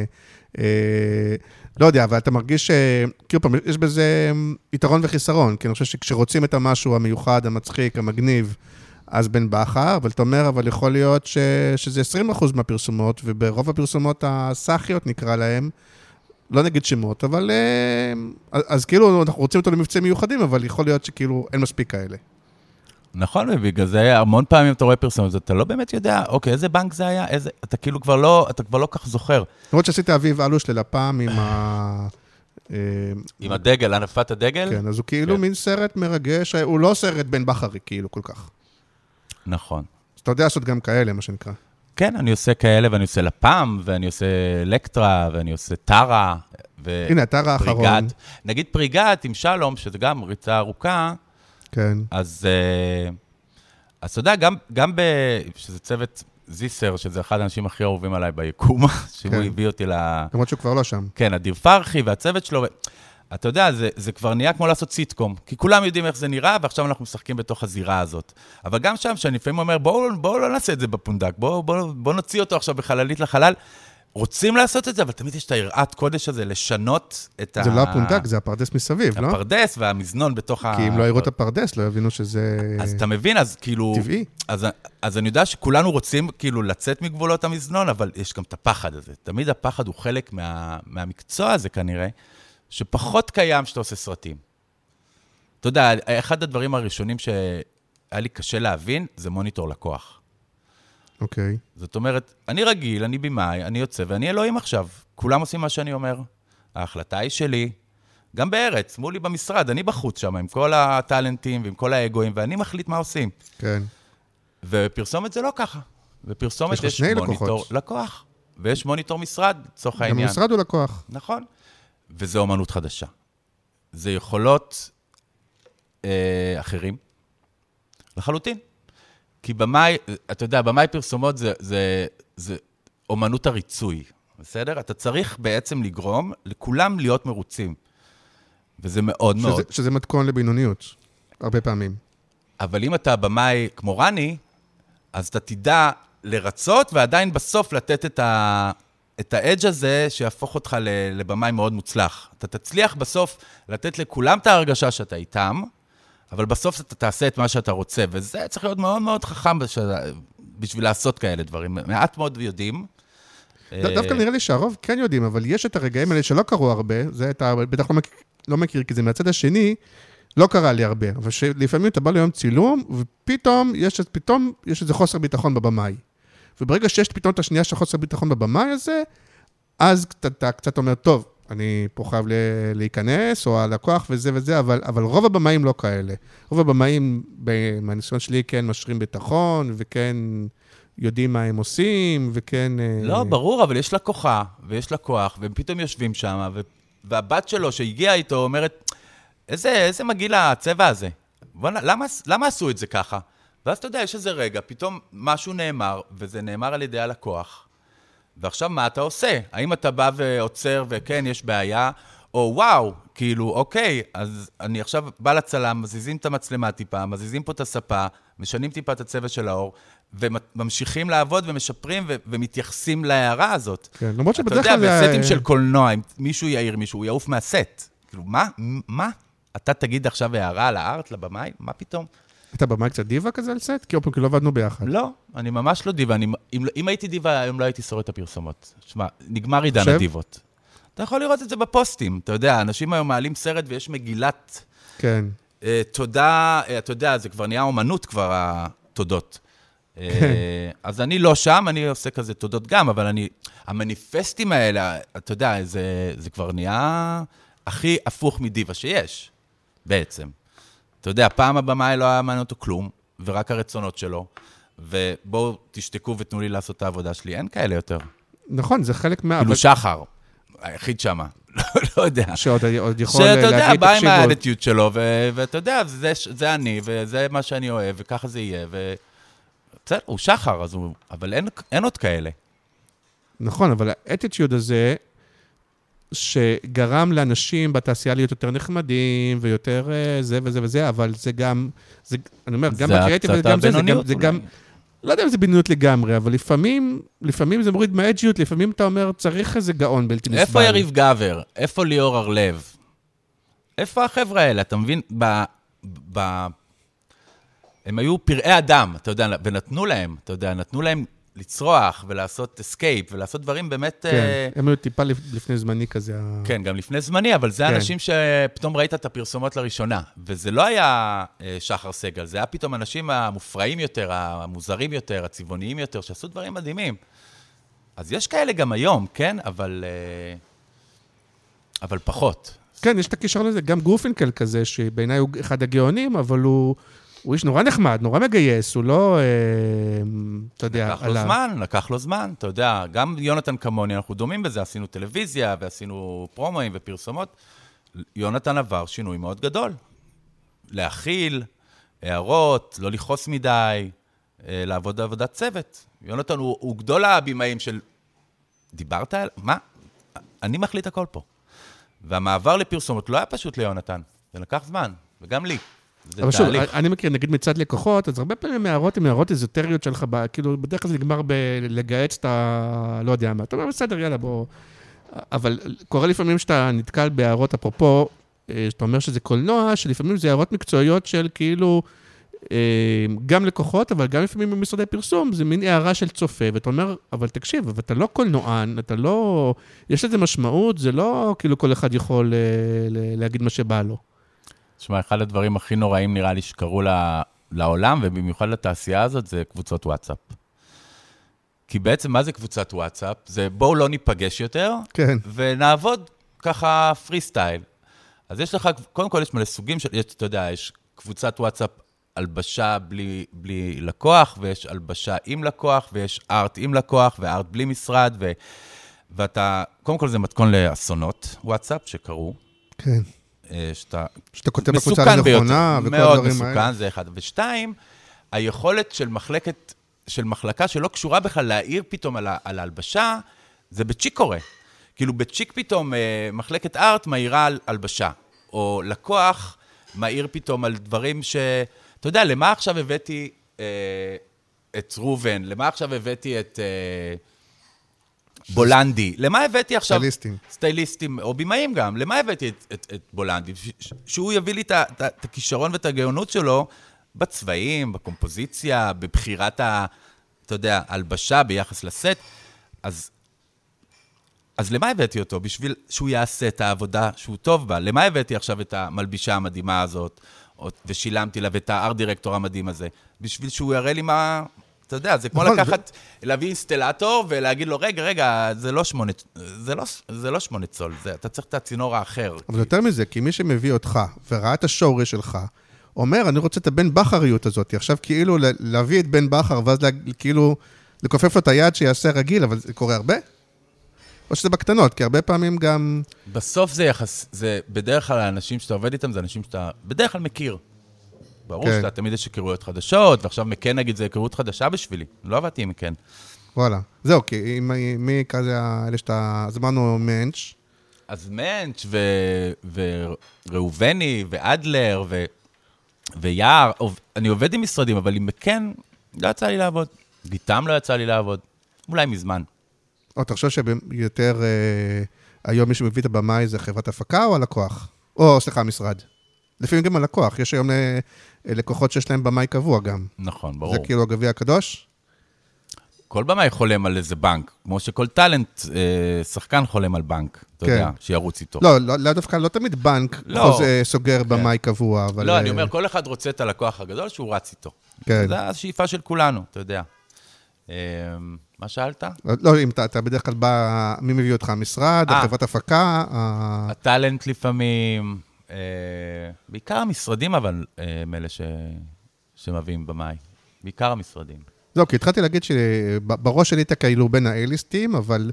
לא יודע, אבל אתה מרגיש כאילו פעם, יש בזה יתרון וחיסרון, כי אני חושב שכשרוצים את המשהו המיוחד, המצחיק, המגניב, אז בן בחר, אבל אתה אומר, אבל יכול להיות שזה 20% מהפרסומות, וברוב הפרסומות הסאחיות נקרא להם, לא נגיד שמות, אבל אז כאילו אנחנו רוצים אותו למבצעים מיוחדים, אבל יכול להיות שכאילו אין מספיק כאלה. נכון, ובגלל זה המון פעמים אתה רואה פרסומות, אתה לא באמת יודע, אוקיי, איזה בנק זה היה, אתה כאילו כבר לא כך זוכר. למרות שעשית אביב אלוש ללפ"ם עם הדגל, הנפת הדגל? כן, אז הוא כאילו מין סרט מרגש, הוא לא סרט בן בחרי כאילו כל כך. נכון. אז אתה יודע לעשות גם כאלה, מה שנקרא. כן, אני עושה כאלה, ואני עושה לפ"ם, ואני עושה אלקטרה, ואני עושה טרה, הנה, הטרה האחרון. נגיד פריגת עם שלום, שזה גם ריצה ארוכה, כן. אז אתה יודע, גם שזה צוות זיסר, שזה אחד האנשים הכי אהובים עליי ביקום, שהוא הביא אותי למרות שהוא כבר לא שם. כן, אדיר פרחי והצוות שלו, אתה יודע, זה כבר נהיה כמו לעשות סיטקום, כי כולם יודעים איך זה נראה, ועכשיו אנחנו משחקים בתוך הזירה הזאת. אבל גם שם, שאני לפעמים אומר, בואו לא נעשה את זה בפונדק, בואו נוציא אותו עכשיו בחללית לחלל. רוצים לעשות את זה, אבל תמיד יש את היראת קודש הזה, לשנות את זה לא הפונדק, זה הפרדס מסביב, לא? הפרדס והמזנון בתוך כי אם לא יראו את הפרדס, לא יבינו שזה אז אתה מבין, אז כאילו טבעי. אז אני יודע שכולנו רוצים כאילו לצאת מגבולות המזנון, אבל יש גם את הפחד הזה. תמיד הפחד הוא חלק מהמקצוע הזה כנראה, שפחות קיים שאתה עושה סרטים. אתה יודע, אחד הדברים הראשונים שהיה לי קשה להבין, זה מוניטור לקוח. אוקיי. זאת אומרת, אני רגיל, אני במאי, אני יוצא, ואני אלוהים עכשיו. כולם עושים מה שאני אומר. ההחלטה היא שלי. גם בארץ, מולי במשרד, אני בחוץ שם, עם כל הטלנטים ועם כל האגואים, ואני מחליט מה עושים. כן. ופרסומת זה לא ככה. בפרסומת יש מוניטור לקוח. ויש מוניטור משרד, לצורך העניין. גם משרד הוא לקוח. נכון. וזו אומנות חדשה. זה יכולות אחרים. לחלוטין. כי במאי, אתה יודע, במאי פרסומות זה אומנות הריצוי, בסדר? אתה צריך בעצם לגרום לכולם להיות מרוצים. וזה מאוד מאוד. שזה מתכון לבינוניות, הרבה פעמים. אבל אם אתה במאי כמו רני, אז אתה תדע לרצות, ועדיין בסוף לתת את האדג' הזה, שיהפוך אותך לבמאי מאוד מוצלח. אתה תצליח בסוף לתת לכולם את ההרגשה שאתה איתם, אבל בסוף אתה תעשה את מה שאתה רוצה, וזה צריך להיות מאוד מאוד חכם בשביל לעשות כאלה דברים. מעט מאוד יודעים. דווקא נראה לי שהרוב כן יודעים, אבל יש את הרגעים האלה שלא קרו הרבה, זה אתה בטח לא מכיר, כי זה מהצד השני, לא קרה לי הרבה, אבל שלפעמים אתה בא ליום צילום, ופתאום יש איזה חוסר ביטחון בבמאי. וברגע שיש פתאום את השנייה של חוסר ביטחון בבמאי הזה, אז אתה קצת אומר, טוב, אני פה חייב להיכנס, או הלקוח וזה וזה, אבל רוב הבמאים לא כאלה. רוב הבמאים, מהניסיון שלי, כן משרים ביטחון, וכן יודעים מה הם עושים, וכן... לא, ברור, אבל יש לקוחה, ויש לקוח, והם פתאום יושבים שם, והבת שלו שהגיעה איתו אומרת, איזה מגעיל הצבע הזה? למה עשו את זה ככה? ואז אתה יודע, יש איזה רגע, פתאום משהו נאמר, וזה נאמר על ידי הלקוח, ועכשיו מה אתה עושה? האם אתה בא ועוצר וכן, יש בעיה, או וואו, כאילו, אוקיי, אז אני עכשיו בא לצלם, מזיזים את המצלמה טיפה, מזיזים פה את הספה, משנים טיפה את הצבע של האור, וממשיכים לעבוד ומשפרים ומתייחסים להערה הזאת. כן, למרות שבדרך כלל... אתה יודע, בסטים של קולנוע, אם מישהו יעיר מישהו, הוא יעוף מהסט. כאילו, מה? אתה תגיד עכשיו הערה על הארט, לבמאי? מה פתאום? אתה במאי קצת דיבה כזה על סט? כי לא עבדנו ביחד. לא, אני ממש לא דיבה. אם הייתי דיבה, היום לא הייתי שורד את הפרסומות. שמע, נגמר עידן הדיבות. אתה יכול לראות את זה בפוסטים. אתה יודע, אנשים היום מעלים סרט ויש מגילת... כן. תודה, אתה יודע, זה כבר נהיה אומנות כבר, התודות. אז אני לא שם, אני עושה כזה תודות גם, אבל המניפסטים האלה, אתה יודע, זה כבר נהיה הכי הפוך מדיבה שיש, בעצם. אתה יודע, פעם הבמאי לא היה מעניין אותו כלום, ורק הרצונות שלו, ובואו תשתקו ותנו לי לעשות את העבודה שלי, אין כאלה יותר. נכון, זה חלק מה... כאילו שחר, היחיד שמה. לא יודע. שעוד יכול שאתה להגיד, יודע, בא עם תקשיבו, האדיטיות שלו, ואתה יודע, זה אני, וזה מה שאני אוהב, וככה זה יהיה, בסדר, הוא שחר, אבל אין עוד כאלה. נכון, אבל האטיטיוד הזה, שגרם לאנשים בתעשייה להיות יותר נחמדים, ויותר זה וזה וזה, אבל זה גם, אני אומר, גם בקריאטיב, זה גם, לא יודע אם זה בינוניות לגמרי, אבל לפעמים זה מוריד מהאג'יות, לפעמים אתה אומר, צריך איזה גאון בלתי נסבל. איפה יריב גבר? איפה ליאור הרלב? איפה החבר'ה האלה? אתה מבין? הם היו פראי אדם, אתה יודע, ונתנו להם, אתה יודע, נתנו להם לצרוח ולעשות אסקייפ, ולעשות דברים באמת... כן, הם היו טיפה לפני זמני כזה. כן, גם לפני זמני, אבל זה אנשים שפתאום ראית את הפרסומות לראשונה, וזה לא היה שחר סגל, זה היה פתאום אנשים המופרעים יותר, המוזרים יותר, הצבעוניים יותר, שעשו דברים מדהימים. אז יש כאלה גם היום, כן? אבל פחות. כן, יש את הכישרון לזה, גם גרופינקל כזה, שבעיניי הוא אחד הגאונים, אבל הוא איש נורא נחמד, נורא מגייס, הוא לא, אתה יודע, לקח לו זמן, אתה יודע, גם יונתן כמוני, אנחנו דומים בזה, עשינו טלוויזיה, ועשינו פרומואים ופרסומות, יונתן עבר שינוי מאוד גדול. להכיל, הערות, לא לכעוס מדי, לעבוד עבודת צוות. יונתן הוא גדול הבימאים של, דיברת על, מה? אני מחליט הכל פה. והמעבר לפרסומות לא היה פשוט ליונתן, זה לקח זמן, וגם לי. אבל שוב, אני מכיר, נגיד מצד לקוחות, אז הרבה פעמים הערות הן הערות איזוטריות שלך, כאילו בדרך כלל זה נגמר בלגייץ את ה... לא יודע מה, אתה אומר, בסדר, יאללה, בוא... אבל קורה לפעמים שאתה נתקל בהערות, אפרופו, שאתה אומר שזה קולנוע, שלפעמים זה הערות מקצועיות של כאילו, גם לקוחות, אבל גם לפעמים במשרדי פרסום, זה מין הערה של צופה, ואתה אומר, אבל תקשיב, אבל אתה לא קולנוען, אתה לא... יש לזה משמעות, זה לא כאילו כל אחד יכול להגיד מה שבא לו. תשמע, אחד הדברים הכי נוראים נראה לי שקרו לעולם, ובמיוחד לתעשייה הזאת, זה קבוצות וואטסאפ. כי בעצם מה זה קבוצת וואטסאפ? זה בואו לא ניפגש יותר, כן. ונעבוד ככה פרי סטייל. אז יש לך, קודם כל יש מלא סוגים של, אתה יודע, יש קבוצת וואטסאפ הלבשה בלי לקוח, ויש הלבשה עם לקוח, ויש ארט עם לקוח, וארט בלי משרד, ואתה, קודם כל זה מתכון לאסונות וואטסאפ שקרו. כן. שאתה כותב בקבוצה הנכונה, וכל מאוד הדברים מסוכן, האלה. זה אחד. ושתיים, היכולת של מחלקה שלא קשורה בכלל להעיר פתאום על ההלבשה, זה בצ'יק קורה. כאילו בצ'יק פתאום מחלקת ארט מעירה על הלבשה, או לקוח מעיר פתאום על דברים אתה יודע, למה עכשיו הבאתי את רובן? למה עכשיו הבאתי את בולנדי? למה הבאתי עכשיו... סטייליסטים, או בימאים גם. למה הבאתי את בולנדי? שהוא יביא לי את הכישרון ואת הגאונות שלו בצבעים, בקומפוזיציה, בבחירת אתה יודע, הלבשה ביחס לסט. אז למה הבאתי אותו? בשביל שהוא יעשה את העבודה שהוא טוב בה. למה הבאתי עכשיו את המלבישה המדהימה הזאת? ושילמתי לה ואת הארט דירקטור המדהים הזה, בשביל שהוא יראה לי מה, אתה יודע, זה כמו לקחת, להביא אינסטלטור ולהגיד לו, רגע, זה לא 8 צול, אתה צריך את הצינור האחר. אבל יותר מזה, כי מי שמביא אותך וראה את השורש שלך, אומר, אני רוצה את הבן בחריות הזאת, עכשיו כאילו להביא את בן בחר, ואז כאילו לכופף לו את היד שיעשה רגיל, אבל זה קורה הרבה? או שזה בקטנות, כי הרבה פעמים גם... בסוף זה בדרך כלל האנשים שאתה עובד איתם, זה אנשים שאתה בדרך כלל מכיר. ברור שאתה תמיד יש היכרויות חדשות, ועכשיו מכן נגיד זה היכרות חדשה בשבילי. לא עבדתי עם מכן. וואלה. זהו, כי מי כזה, אלה שאתה... אז אמרנו מנץ'. אז מנץ' וראובני ואדלר ויער. אני עובד עם משרדים, אבל עם מכן לא יצא לי לעבוד. גיטם לא יצא לי לעבוד. אולי מזמן. או אתה חושב שיותר היום מי שמביא את הבמאי זה חברת הפקה או הלקוח? או, סליחה, המשרד. לפעמים גם הלקוח. יש היום לקוחות שיש להם במאי קבוע גם. נכון, ברור. זה כאילו הגביע הקדוש? כל במאי חולם על איזה בנק. כמו שכל טלנט, שחקן חולם על בנק. אתה יודע, שירוץ איתו. לא, דווקא לא תמיד בנק סוגר במאי קבוע. לא, אני אומר, כל אחד רוצה את הלקוח הגדול שהוא רץ איתו. זה השאיפה של כולנו, אתה יודע. מה שאלת? לא, אם אתה בדרך כלל בא, מי מביא אותך? המשרד, חברת הפקה? הטלנט לפעמים, בעיקר המשרדים, אבל מאלה שמביאים במאי. בעיקר המשרדים. זהו, כי התחלתי להגיד שבראש שלי אתה כאילו בין האייליסטים, אבל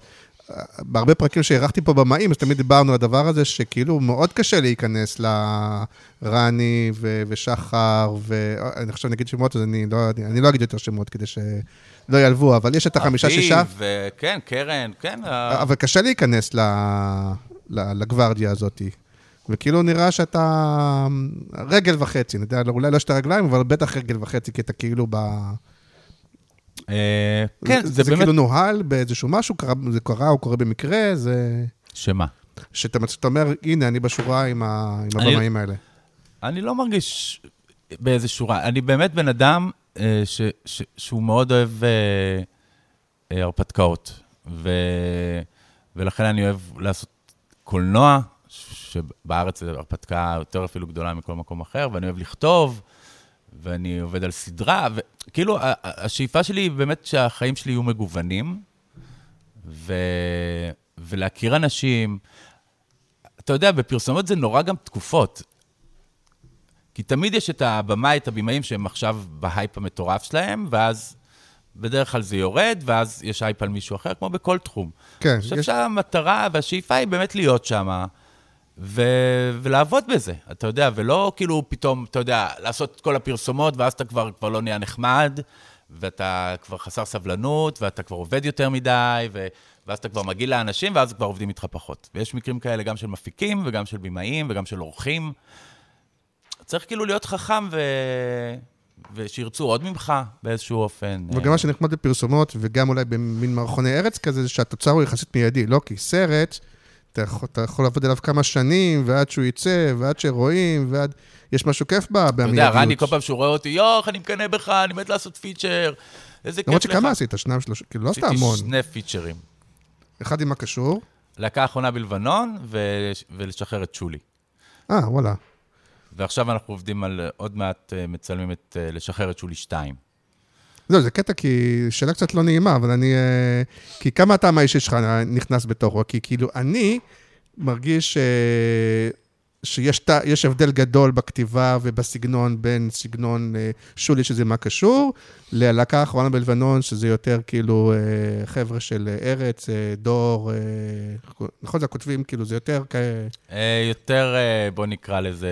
בהרבה פרקים שהערכתי פה במאים, אז תמיד דיברנו על הדבר הזה, שכאילו מאוד קשה להיכנס לרני ושחר, ואני חושב נגיד שמות, אז אני לא אגיד יותר שמות כדי שלא ילבו, אבל יש את החמישה שישה. אביב, כן, קרן, כן. אבל קשה להיכנס לגוורדיה הזאת. וכאילו נראה שאתה רגל וחצי, אני יודע, אולי לא שאתה רגליים, אבל בטח רגל וחצי, כי אתה כאילו כן, זה באמת... כאילו נוהל באיזשהו משהו, זה קרה או קורה במקרה, זה... שמה? שאתה אומר, הנה, אני בשורה עם הבמאים האלה. אני לא מרגיש באיזה שורה. אני באמת בן אדם שהוא מאוד אוהב הרפתקאות, ולכן אני אוהב לעשות קולנוע, שבארץ זה הרפתקה יותר אפילו גדולה מכל מקום אחר, ואני אוהב לכתוב, ואני עובד על סדרה, וכאילו, השאיפה שלי היא באמת שהחיים שלי יהיו מגוונים, ולהכיר אנשים. אתה יודע, בפרסומות זה נורא גם תקופות, כי תמיד יש את הבמאי, את הבימאים שהם עכשיו בהייפ המטורף שלהם, ואז בדרך כלל זה יורד, ואז יש הייפ על מישהו אחר, כמו בכל תחום. כן. אני חושב שהמטרה והשאיפה היא באמת להיות שם, ולעבוד בזה, אתה יודע, ולא כאילו פתאום, אתה יודע, לעשות את כל הפרסומות, ואז אתה כבר לא נהיה נחמד, ואתה כבר חסר סבלנות, ואתה כבר עובד יותר מדי, ואז אתה כבר מגיע לאנשים, ואז כבר עובדים איתך פחות. ויש מקרים כאלה גם של מפיקים, וגם של בימאים, וגם של אורחים. צריך כאילו להיות חכם, ושירצו עוד ממך באיזשהו אופן. וגם מה שנחמד בפרסומות, וגם אולי במין מערכוני ארץ כזה, זה שהתוצר הוא יחסית מיידי, לא? כי סרט, אתה יכול לעבוד עליו כמה שנים, ועד שהוא יצא, ועד שרואים, ועד... יש משהו כיף במיידיות. אתה יודע, רני כל פעם שהוא רואה אותי, יוח, אני מקנה בך, אני מת לעשות פיצ'ר, איזה כיף לך. למרות שכמה עשית? 2, 3, כאילו לא עשתה המון. עשיתי 2 פיצ'רים. אחד עם הקשור. להקה האחרונה בלבנון, ולשחרר את שולי. וואלה. ועכשיו אנחנו עובדים על עוד מעט מצלמים את לשחרר את שולי 2. לא, זה קטע, כי שאלה קצת לא נעימה, אבל אני... כי כמה הטעם האישי שלך נכנס בתוכו? כי כאילו אני מרגיש שיש הבדל גדול בכתיבה ובסגנון בין סגנון שולי, שזה מה קשור, ללהקה האחרונה בלבנון, שזה יותר כאילו חבר'ה של ארץ, דור, נכון, זה הכותבים, כאילו זה יותר... יותר, בוא נקרא לזה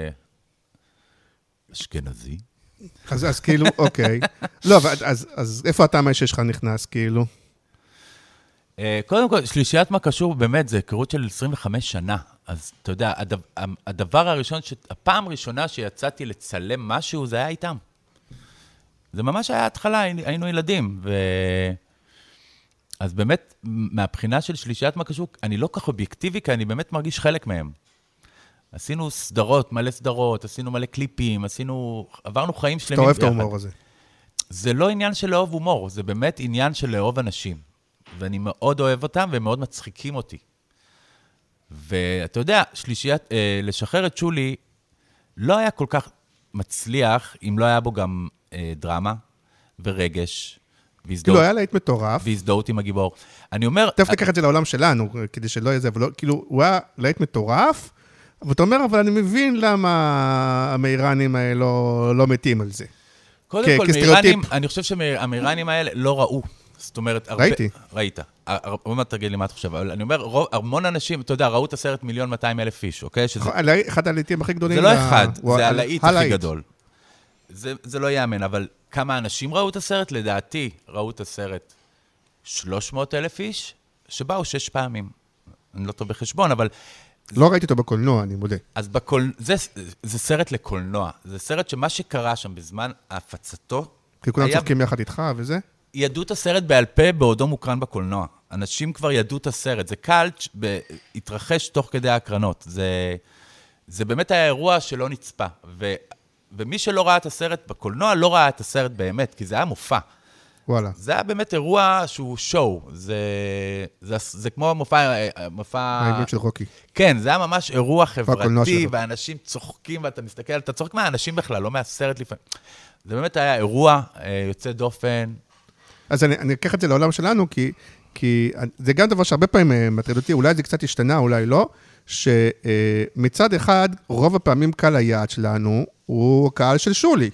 אשכנזי. אז כאילו, אוקיי. לא, אז איפה הטעם האישי שלך נכנס, כאילו? קודם כל, שלישיית מה קשור, באמת, זה היכרות של 25 שנה. אז אתה יודע, הדבר הראשון, הפעם הראשונה שיצאתי לצלם משהו, זה היה איתם. זה ממש היה התחלה, היינו ילדים. אז באמת, מהבחינה של שלישיית מה קשור, אני לא כך אובייקטיבי, כי אני באמת מרגיש חלק מהם. עשינו סדרות, מלא סדרות, עשינו מלא קליפים, עברנו חיים שלמים. אתה אוהב את ההומור הזה. זה לא עניין של לאהוב הומור, זה באמת עניין של לאהוב אנשים. ואני מאוד אוהב אותם, והם מאוד מצחיקים אותי. ואתה יודע, לשחרר את שולי, לא היה כל כך מצליח, אם לא היה בו גם דרמה ורגש, כאילו היה להיט מטורף. והזדהות עם הגיבור. אני אומר... תכף תקח את זה לעולם שלנו, כדי שלא יהיה זה, אבל כאילו, הוא היה להיט מטורף, ואתה אומר, אבל אני מבין למה המאיראנים האלה לא מתים על זה. קודם כל, מאיראנים, אני חושב שהמאיראנים האלה לא ראו. זאת אומרת, ראיתי. ראית. הרבה תגיד לי מה אתה חושב, אבל אני אומר, המון אנשים, אתה יודע, ראו את הסרט 1,200,000 איש, אוקיי? אחד הלהיטים הכי גדולים. זה לא אחד, זה הלהיט הכי גדול. זה לא יאמן, אבל כמה אנשים ראו את הסרט? לדעתי, ראו את הסרט 300,000 איש, שבאו 6 פעמים. אני לא טוב בחשבון, אבל... לא ראיתי אותו בקולנוע, אני מודה. אז זה סרט לקולנוע. זה סרט שמה שקרה שם בזמן הפצתו... כי כולם צוחקים יחד איתך וזה? ידעו את הסרט בעל פה בעודו מוקרן בקולנוע. אנשים כבר ידעו את הסרט. זה קלט התרחש תוך כדי ההקרנות. זה באמת היה אירוע שלא נצפה. ומי שלא ראה את הסרט בקולנוע, לא ראה את הסרט באמת, כי זה היה מופע. וואלה. זה היה באמת אירוע שהוא שואו. זה כמו מופע... האימון של רוקי. כן, זה היה ממש אירוע חברתי, ואנשים צוחקים, ואתה מסתכל, אתה צוחק מהאנשים בכלל, לא מהסרט לפעמים. זה באמת היה אירוע יוצא דופן. אז אני אקח את זה לעולם שלנו, כי זה גם דבר שהרבה פעמים מטריד אותי, אולי זה קצת השתנה, אולי לא, שמצד אחד, רוב הפעמים קהל היעד שלנו הוא קהל של שולי,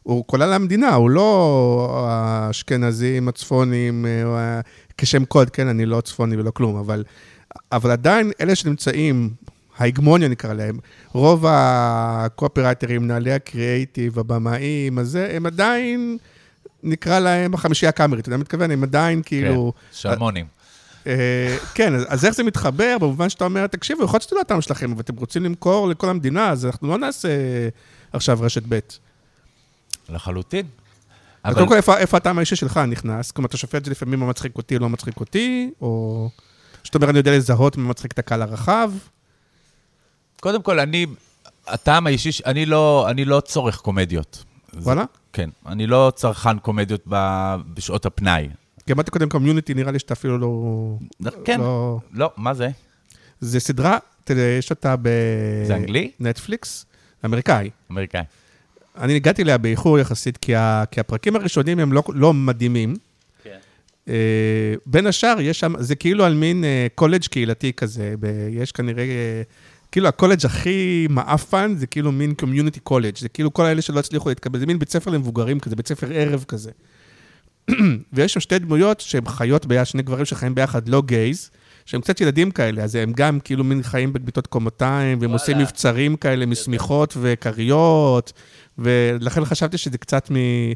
הוא כולל המדינה, הוא לא האשכנזים, הצפונים, כשם קוד, כן, אני לא צפוני ולא כלום, אבל עדיין אלה שנמצאים, ההגמוניה נקרא להם, רוב הקופרייטרים, מנהלי הקריאייטיב, הבמאים, הזה, הם עדיין, נקרא להם החמישייה הקאמרית, אתה מתכוון, הם עדיין כאילו... כן, שלמונים. כן, אז איך זה מתחבר? במובן שאתה אומר, תקשיבו, יכול להיות שזה לא הטעם שלכם, אבל אתם רוצים למכור לכל המדינה, אז אנחנו לא נעשה עכשיו רשת ב'. לחלוטין. אז קודם כל, איפה הטעם האישי שלך נכנס? כלומר, אתה שופט את זה לפעמים מה מצחיק אותי או לא מצחיק אותי, או שאתה אומר, אני יודע לזהות מה מצחיק את הקהל הרחב? קודם כל, הטעם האישי, אני לא צורך קומדיות. וואלה? כן, אני לא צרכן קומדיות בשעות הפנאי. כי אמרתי קודם קומיוניטי, נראה לי שאתה אפילו לא... כן, לא, מה זה? זה סדרה, יש אותה זה אנגלי? בנטפליקס, אמריקאי. אמריקאי. אני הגעתי אליה באיחור יחסית, כי הפרקים הראשונים הם לא מדהימים. כן. בין השאר, יש שם, זה כאילו על מין קולג' קהילתי כזה, יש כנראה, כאילו הקולג' הכי מאפן, זה כאילו מין קומיוניטי קולג', זה כאילו כל האלה שלא הצליחו להתקבל, זה מין בית ספר למבוגרים כזה, בית ספר ערב כזה. ויש שם שתי דמויות שהן חיות ביחד, שני גברים שחיים ביחד, לא גייז, שהם קצת ילדים כאלה, אז הם גם כאילו מין חיים בגביתות קומותיים, והם עושים מבצרים כאלה מסמיכות וקריות, ולכן חשבתי שזה קצת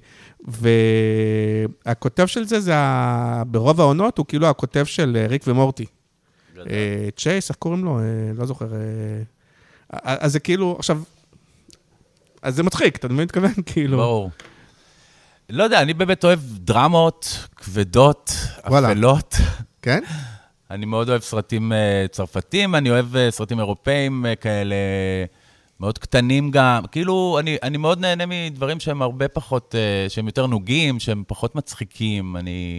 והכותב של זה, ברוב העונות, הוא כאילו הכותב של ריק ומורטי. צ'ייס, איך קוראים לו? לא זוכר. אז זה כאילו, עכשיו, אז זה מצחיק, אתה מבין מתכוון? כאילו... ברור. לא יודע, אני באמת אוהב דרמות, כבדות, אפלות. כן? אני מאוד אוהב סרטים צרפתים, אני אוהב סרטים אירופאים כאלה, מאוד קטנים גם. כאילו, אני מאוד נהנה מדברים שהם הרבה פחות, שהם יותר נוגעים, שהם פחות מצחיקים.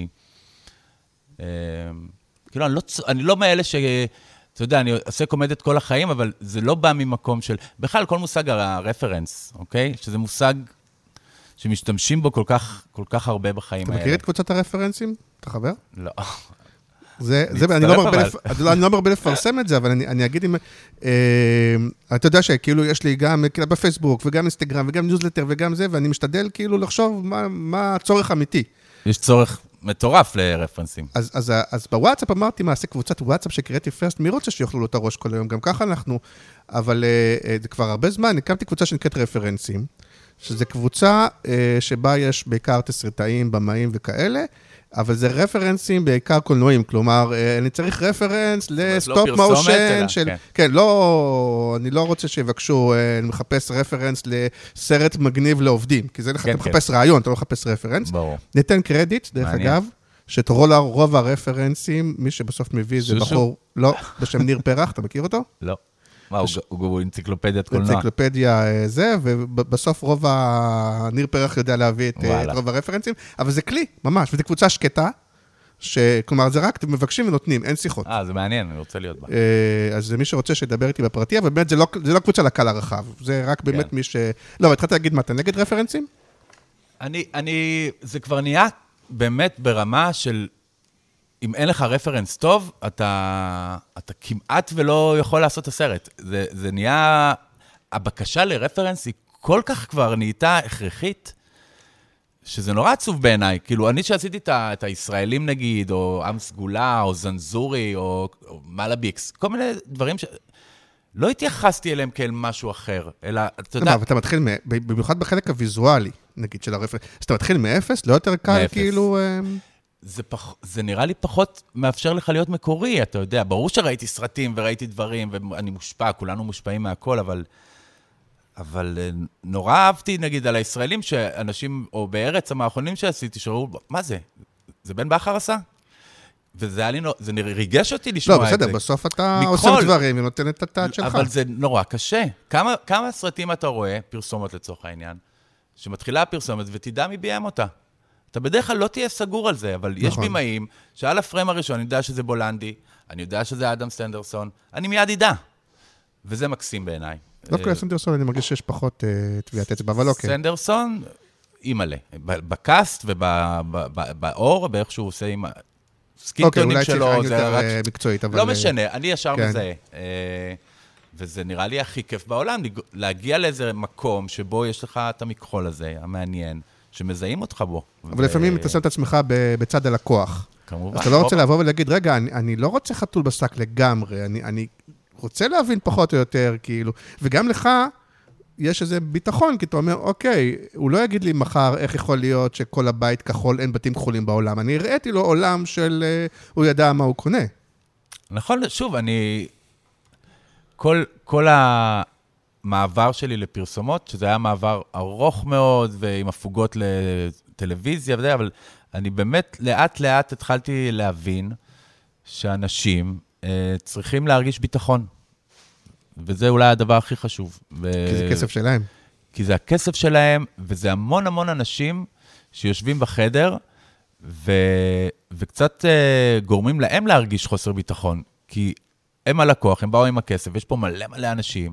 כאילו, אני לא מאלה אתה יודע, אני עושה קומדית כל החיים, אבל זה לא בא ממקום של... בכלל, כל מושג הרפרנס, אוקיי? שזה מושג שמשתמשים בו כל כך הרבה בחיים האלה. אתה מכיר את קבוצת הרפרנסים? אתה חבר? לא. אני לא מרבה לפרסם את זה, אבל אני אגיד אם... אתה יודע שכאילו יש לי גם בפייסבוק, וגם אינסטגרם, וגם ניוזלטר, וגם זה, ואני משתדל כאילו לחשוב מה הצורך אמיתי. יש צורך מטורף לרפרנסים. אז בוואטסאפ אמרתי, מעשה קבוצת וואטסאפ שקראתי פרסט, מי רוצה שיוכלו לו את הראש כל היום? גם ככה אנחנו, אבל זה כבר הרבה זמן, הקמתי קבוצה שנקראת רפרנסים, שזו קבוצה שבה יש בעיקר תסריטאים, במאים וכאלה, אבל זה רפרנסים בעיקר קולנועים, כלומר, אני צריך רפרנס לסטופ מושן של... כן, לא, אני לא רוצה שיבקשו, אני מחפש רפרנס לסרט מגניב לעובדים, כי זה אתה מחפש רעיון, אתה לא מחפש רפרנס. ניתן קרדיט, דרך אגב, שאת רוב הרפרנסים, מי שבסוף מביא זה בחור, לא, בשם ניר פרח, אתה מכיר אותו? לא. מה, הוא אנציקלופדיית קולנוע. אנציקלופדיה זה, ובסוף רוב ניר פרח יודע להביא את רוב הרפרנסים, אבל זה כלי, ממש, וזו קבוצה שקטה, כלומר, זה רק, אתם מבקשים ונותנים, אין שיחות. זה מעניין, אני רוצה להיות בה. אז זה מי שרוצה שידבר איתי בפרטי, אבל באמת זה לא קבוצה לקהל הרחב, זה רק באמת מי ש... לא, אבל התחלתי להגיד מה, אתה נגד רפרנסים? זה כבר נהיה באמת ברמה של... אם אין לך רפרנס טוב, אתה כמעט ולא יכול לעשות את הסרט. זה נהיה, הבקשה לרפרנס היא כל כך כבר נהייתה הכרחית, שזה נורא עצוב בעיניי. כאילו, אני שעשיתי את הישראלים נגיד, או עם סגולה, או זנזורי, או מלאביקס, כל מיני דברים לא התייחסתי אליהם כאל משהו אחר, אלא, אתה יודע... אבל אתה מתחיל, במיוחד בחלק הוויזואלי, נגיד, של הרפרנס, אז אתה מתחיל מאפס, לא יותר קל, כאילו... זה נראה לי פחות מאפשר לך להיות מקורי, אתה יודע, ברור שראיתי סרטים וראיתי דברים, ואני מושפע, כולנו מושפעים מהכל, אבל נורא אהבתי, נגיד, על הישראלים, שאנשים, או בארץ המאחרונים שעשיתי, שראו, מה זה? זה בן בחר עשה? וזה היה לי, זה ריגש אותי לשמוע את זה. לא, בסדר, בסוף אתה עושה דברים ונותן את הטעד שלך. אבל זה נורא קשה. כמה סרטים אתה רואה, פרסומת לצורך העניין, שמתחילה הפרסומת ותדע מי ביים אותה. אתה בדרך כלל לא תהיה סגור על זה, אבל יש בימאים שעל הפריים הראשון אני יודע שזה בולנדי, אני יודע שזה אדם סטנדרסון, אני מיד ידע. וזה מקסים בעיניי. דווקא סטנדרסון אני מרגיש שיש פחות טביעת אצבע, אבל אוקיי. סטנדרסון, אימאלה. בקאסט ובאור, באיך שהוא עושה עם סקינטונים שלו. אוקיי, אולי צריך יותר מקצועית, אבל... לא משנה, אני ישר מזה. וזה נראה לי הכי כיף בעולם, להגיע לאיזה מקום שבו יש לך את המכחול הזה, המעניין, שמזהים אותך בו. אבל לפעמים אתה שם את עצמך בצד הלקוח. כמובן. אז אתה לא רוצה לבוא ולהגיד, רגע, אני לא רוצה חתול בשק לגמרי, אני רוצה להבין פחות או יותר, כאילו, וגם לך יש איזה ביטחון, כי אתה אומר, אוקיי, הוא לא יגיד לי מחר איך יכול להיות שכל הבית כחול, אין בתים כחולים בעולם. אני הראיתי לו עולם של, הוא ידע מה הוא קונה. נכון, שוב, כל המעבר שלי לפרסומות, שזה היה מעבר ארוך מאוד, ועם הפוגות לטלוויזיה וזה, אבל אני באמת לאט לאט התחלתי להבין שאנשים צריכים להרגיש ביטחון. וזה אולי הדבר הכי חשוב. כי זה כסף שלהם. כי זה הכסף שלהם, וזה המון המון אנשים שיושבים בחדר, וקצת גורמים להם להרגיש חוסר ביטחון. כי הם הלקוח, הם באו עם הכסף, יש פה מלא מלא אנשים,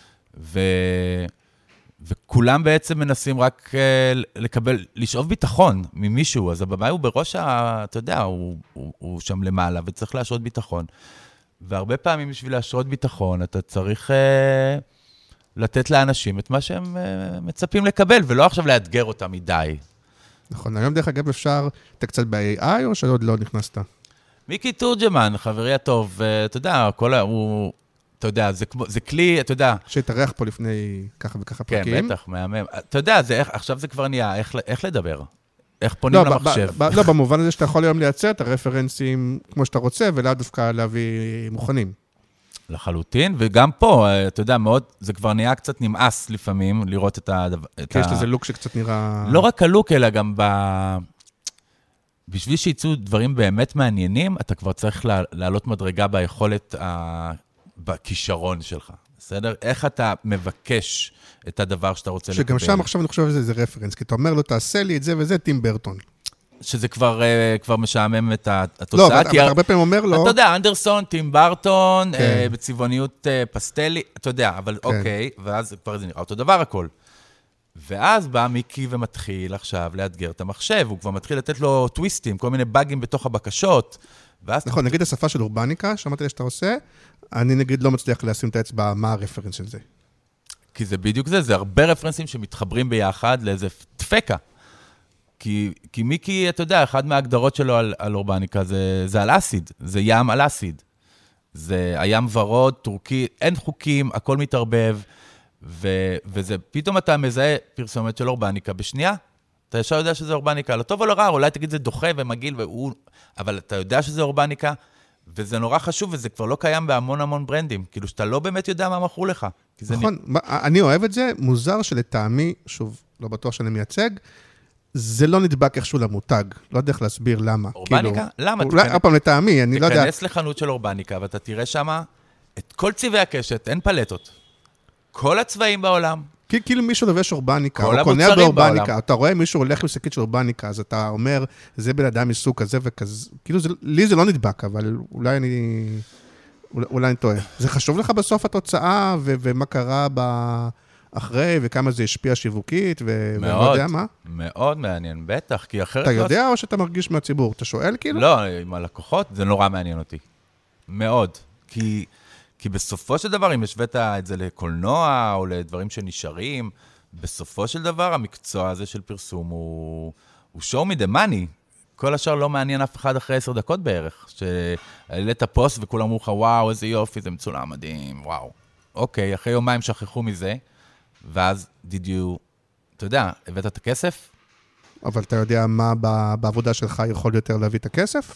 וכולם בעצם מנסים רק לשאוב ביטחון ממישהו, אז הבמאי הוא בראש, אתה יודע, הוא שם למעלה, וצריך להשרות ביטחון. והרבה פעמים בשביל להשרות ביטחון, אתה צריך לתת לאנשים את מה שהם מצפים לקבל, ולא עכשיו לאתגר אותם מדי. נכון, היום דרך אגב אפשר, אתה קצת ב-AI או שעוד לא נכנסת? מיקי תורג'מן, חברי הטוב, אתה יודע, אתה יודע, זה כלי, אתה יודע. שהתארח פה לפני ככה וככה פרקים. כן, בטח, מהמם. אתה יודע, עכשיו זה כבר נהיה, איך לדבר? איך פונים למחשב? לא, במובן הזה שאתה יכול היום לייצר את הרפרנסים כמו שאתה רוצה, ולא דווקא להביא מוכנים. לחלוטין, וגם פה, אתה יודע, מאוד, זה כבר נהיה קצת נמאס לפעמים, לראות את הדבר. כי יש לזה לוק שקצת נראה... לא רק הלוק, אלא גם בשביל שיצאו דברים באמת מעניינים, אתה כבר צריך לעלות מדרגה ביכולת, בכישרון שלך. בסדר? איך אתה מבקש את הדבר שאתה רוצה לקבל. שגם שם עכשיו אני חושב שזה רפרנס, כי אתה אומר לו, תעשה לי את זה וזה, טים ברטון. שזה כבר משעמם את התוצאה. לא, אבל הרבה פעמים אומר לו... אתה יודע, אנדרסון, טים ברטון, בצבעוניות פסטלי, אתה יודע, אבל אוקיי, ואז כבר זה נראה אותו דבר הכל. ואז בא מיקי ומתחיל עכשיו לאתגר את המחשב, הוא כבר מתחיל לתת לו טוויסטים, כל מיני באגים בתוך הבקשות. נכון, נגיד השפה של אורבניקה, שמעתי שאתה עושה, אני נגיד לא מצליח לשים את האצבע, מה הרפרנס של זה. כי זה בדיוק זה הרבה רפרנסים שמתחברים ביחד לאיזה דפקה. כי מיקי, אתה יודע, אחד מההגדרות שלו על אורבניקה זה על אסיד, זה ים על אסיד. זה הים ורוד, טורקי, אין חוקים, הכל מתערבב, וזה, פתאום אתה מזהה פרסומת של אורבניקה בשנייה, אתה ישר יודע שזה אורבניקה, לא טוב או לא רע, אולי תגיד זה דוחה ומגיל, אבל אתה יודע שזה אורבניקה, וזה נורא חשוב, וזה כבר לא קיים בהמון המון ברנדים, כאילו שאתה לא באמת יודע מה מכרו לך. נכון, אני אוהב את זה, מוזר שלטעמי, שוב, לא בטוח שאני מייצג, זה לא נדבק איכשהו למותג, לא יודע איך להסביר למה. אורבניקה? למה? אולי הפעם לטעמי, אני לא יודע. תיכנס לחנות של אורבניקה, ואתה תראה שם את כל צבעי הקשת, אין פלטות. כל הצבעים בעולם. כאילו מישהו לובש אורבניקה, או קונה באורבניקה, אתה רואה מישהו הולך עם שקית של אורבניקה, אז אתה אומר, זה בן אדם מסוג כזה וכזה, כאילו לי זה לא נדבק, אבל אולי אני טועה. זה חשוב לך בסוף התוצאה, ומה קרה אחרי, וכמה זה השפיע שיווקית, ואני לא יודע מה? מאוד מעניין, בטח, כי אחרת... אתה יודע או שאתה מרגיש מהציבור? אתה שואל כאילו? לא, עם הלקוחות זה נורא מעניין אותי. מאוד. כי בסופו של דבר, אם השווית את זה לקולנוע, או לדברים שנשארים, בסופו של דבר, המקצוע הזה של פרסום הוא show me the money. כל השאר לא מעניין אף אחד אחרי 10 דקות בערך. שהעלית פוסט וכולם אמרו לך, וואו, איזה יופי, זה מצולם מדהים, וואו. אוקיי, אחרי יומיים שכחו מזה, ואז אתה יודע, הבאת את הכסף? אבל אתה יודע מה בעבודה שלך יכול יותר להביא את הכסף?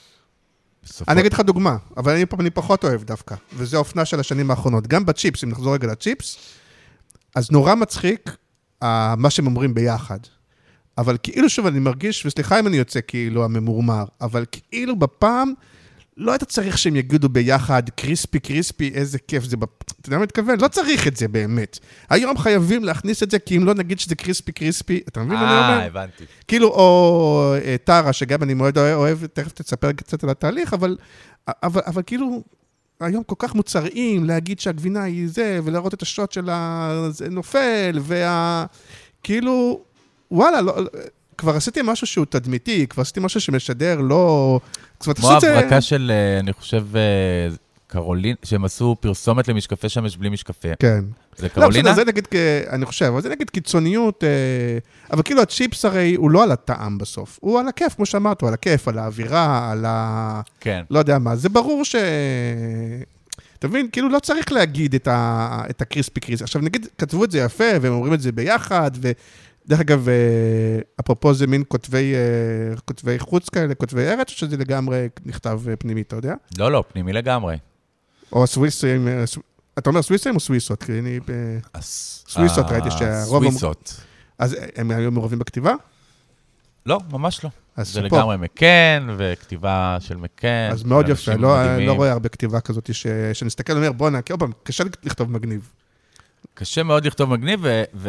אני אגיד לך דוגמה, אבל אני פחות אוהב דווקא, וזה האופנה של השנים האחרונות. גם בצ'יפס, אם נחזור רגע לצ'יפס, אז נורא מצחיק מה שהם אומרים ביחד. אבל כאילו שוב אני מרגיש, וסליחה אם אני יוצא כאילו הממורמר, אבל כאילו בפעם לא היית צריך שהם יגידו ביחד, קריספי, איזה כיף זה, אתה יודע מה מתכוון? לא צריך את זה באמת. היום חייבים להכניס את זה, כי אם לא נגיד שזה קריספי, אתה מבין מה אני אומר? הבנתי. כאילו, או טרה, שגם אני מאוד אוהב, תכף תספר קצת על התהליך, אבל כאילו, היום כל כך מוצרעים להגיד שהגבינה היא זה, ולראות את השוט שלה, זה נופל, כאילו, וואלה, לא... כבר עשיתי משהו שהוא תדמיתי, כבר עשיתי משהו שמשדר, לא... כמו הברקה של, אני חושב, קרולינה, שהם עשו פרסומת למשקפי שמש בלי משקפי. כן. זה קרולינה? לא, זה נגיד, אני חושב, אבל זה נגיד קיצוניות, אבל כאילו הצ'יפס הרי הוא לא על הטעם בסוף, הוא על הכיף, כמו שאמרת, הוא על הכיף, על האווירה, על ה... כן. לא יודע מה, זה ברור ש... אתה מבין, כאילו לא צריך להגיד את הקריספי קריספי. עכשיו נגיד, כתבו את זה יפה, והם אומרים את זה ביחד, ודרך אגב, אפרופו זה מין כותבי חוץ כאלה, כותבי ארץ, או שזה לגמרי נכתב פנימי, אתה יודע? לא, פנימי לגמרי. או הסוויסים, אתה אומר סוויסים או סוויסות? כי אני סוויסות ראיתי שהרוב... סוויסות. אז הם היו מעורבים בכתיבה? לא, ממש לא. זה פה. לגמרי מקן, וכתיבה של מקן. אז מאוד יפה, לא רואה הרבה כתיבה כזאת שנסתכל ואומר, בוא נעקר, קשה לכתוב מגניב. קשה מאוד לכתוב מגניב,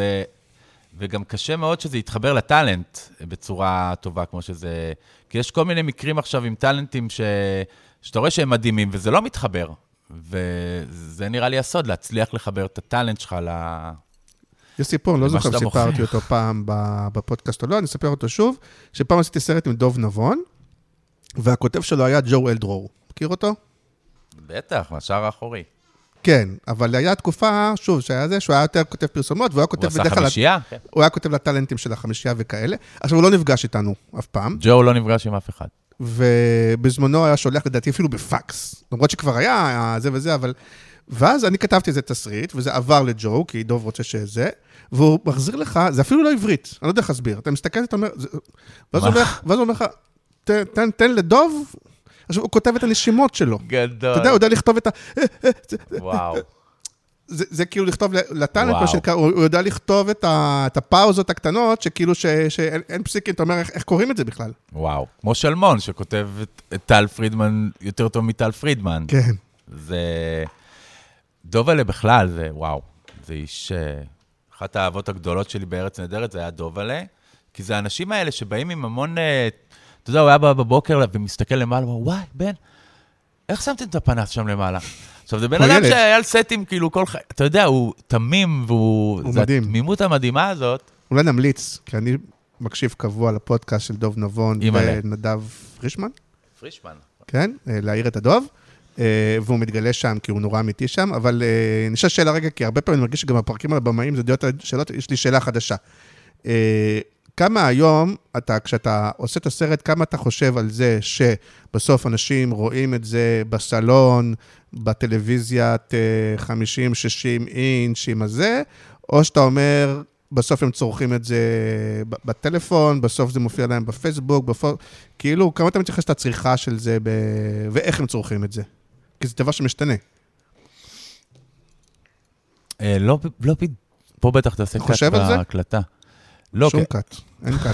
וגם קשה מאוד שזה יתחבר לטלנט בצורה טובה, כמו שזה... כי יש כל מיני מקרים עכשיו עם טלנטים שאתה רואה שהם מדהימים, וזה לא מתחבר. וזה נראה לי הסוד, להצליח לחבר את הטלנט שלך יש סיפור, אני לא זוכר סיפרתי אותו פעם בפודקאסט או לא, אני אספר אותו שוב, שפעם עשיתי סרט עם דוב נבון, והכותב שלו היה ג'ו אלדרור. מכיר אותו? בטח, מהשער האחורי. כן, אבל היה תקופה, שוב, שהיה זה, שהוא היה יותר כותב פרסומות, והוא היה כותב בדרך כלל... הוא עשה חמישייה? הוא היה כותב לטלנטים של החמישייה וכאלה. עכשיו, הוא לא נפגש איתנו אף פעם. ג'ו לא נפגש עם אף אחד. ובזמנו היה שולח לדעתי אפילו בפקס. למרות שכבר היה זה וזה, אבל... ואז אני כתבתי איזה תסריט, וזה עבר לג'ו, כי דוב רוצה שזה, והוא מחזיר לך, זה אפילו לא עברית, אני לא יודע איך להסביר. אתה מסתכל, אתה אומר... ואז הוא אומר לך, תן לדוב... עכשיו, הוא כותב את הנשימות שלו. גדול. אתה יודע, הוא יודע לכתוב את ה... וואו. זה כאילו לכתוב לטלנט, הוא יודע לכתוב את הפאוזות הקטנות, שכאילו שאין פסיקים, אתה אומר, איך קוראים את זה בכלל? וואו. כמו שלמון, שכותב את טל פרידמן יותר טוב מטל פרידמן. כן. זה... דובלה בכלל, זה וואו. זה איש... אחת האהבות הגדולות שלי בארץ נהדרת, זה היה דובלה, כי זה האנשים האלה שבאים עם המון... אתה יודע, הוא היה בבוקר ומסתכל למעלה, וואי, בן, איך שמתם את הפנס שם למעלה? עכשיו, זה בן אדם שהיה על סטים, כאילו, כל חי... אתה יודע, הוא תמים, והוא... הוא מדהים. התמימות המדהימה הזאת. אולי נמליץ, כי אני מקשיב קבוע לפודקאסט של דוב נבון ונדב פרישמן. פרישמן. כן, להעיר את הדוב, והוא מתגלה שם, כי הוא נורא אמיתי שם, אבל נשאל שאלה רגע, כי הרבה פעמים אני מרגיש שגם הפרקים על הבמאים, זה דעות שאלות, יש לי שאלה חדשה. כמה היום, כשאתה עושה את הסרט, כמה אתה חושב על זה שבסוף אנשים רואים את זה בסלון, בטלוויזיית 50-60 אינץ' עם הזה, או שאתה אומר, בסוף הם צורכים את זה בטלפון, בסוף זה מופיע להם בפייסבוק, כאילו, כמה אתה מתייחס את הצריכה של זה, ואיך הם צורכים את זה? כי זה דבר שמשתנה. לא, פה בטח תעשה קאט בהקלטה. שום קאט, אין קאט.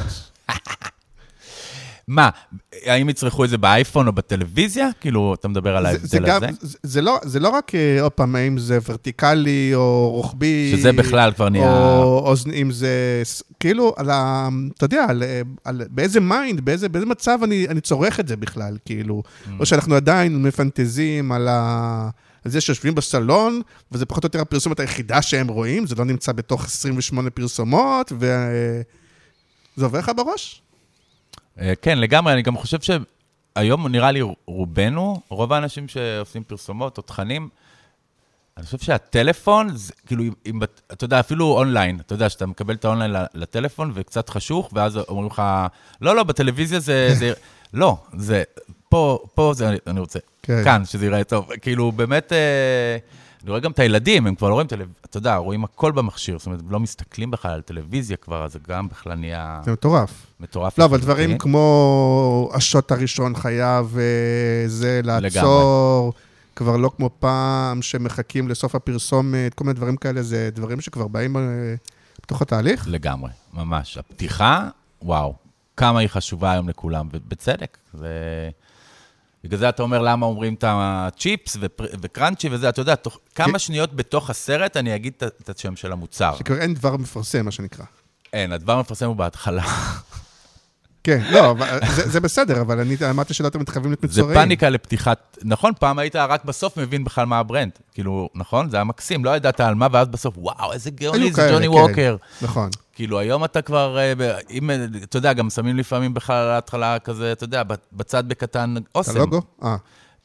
מה, האם יצרכו את זה באייפון או בטלוויזיה? כאילו, אתה מדבר על ההבדל הזה? זה לא רק, עוד פעם, האם זה ורטיקלי או רוחבי, שזה בכלל כבר נהיה... או אם זה, כאילו, אתה יודע, באיזה מיינד, באיזה מצב אני צורך את זה בכלל, כאילו, או שאנחנו עדיין מפנטזים על זה שיושבים בסלון, וזה פחות או יותר הפרסומת היחידה שהם רואים, זה לא נמצא בתוך 28 פרסומות, וזה עובר לך בראש? כן, לגמרי, אני גם חושב שהיום נראה לי רובנו, רוב האנשים שעושים פרסומות או תכנים, אני חושב שהטלפון, כאילו, אתה יודע, אפילו אונליין, אתה יודע, שאתה מקבל את האונליין לטלפון וקצת חשוך, ואז אומרים לך, לא, בטלוויזיה זה, לא, זה, פה זה, אני רוצה, כאן, שזה ייראה טוב, כאילו, באמת, אני רואה גם את הילדים, הם כבר לא רואים אתה יודע, רואים הכל במכשיר, זאת אומרת, לא מסתכלים בכלל על טלוויזיה כבר, אז זה גם בכלל נהיה... זה מטורף. מטורף. לא, אבל דברים כמו השוט הראשון חייב, זה לעצור, כבר לא כמו פעם, שמחכים לסוף הפרסומת, כל מיני דברים כאלה, זה דברים שכבר באים בתוך התהליך? לגמרי, ממש. הפתיחה, וואו, כמה היא חשובה היום לכולם, ובצדק, זה... בגלל זה אתה אומר למה אומרים את הצ'יפס וקרנצ'י וזה, אתה יודע, כמה שניות בתוך הסרט אני אגיד את השם של המוצר. שכבר אין דבר מפרסם, מה שנקרא. אין, הדבר מפרסם הוא בהתחלה. כן, לא, זה בסדר, אבל אני אמרתי שלא אתם מתחייבים להיות מצורעים. זה פאניקה לפתיחת, נכון, פעם היית רק בסוף מבין בכלל מה הברנד, כאילו, נכון, זה היה מקסים, לא ידעת על מה, ואז בסוף, וואו, איזה גאוני, זה ג'וני ווקר. נכון. כאילו, היום אתה כבר, אם, אתה יודע, גם שמים לפעמים בכלל על ההתחלה כזה, אתה יודע, בצד בקטן אוסם. את הלוגו?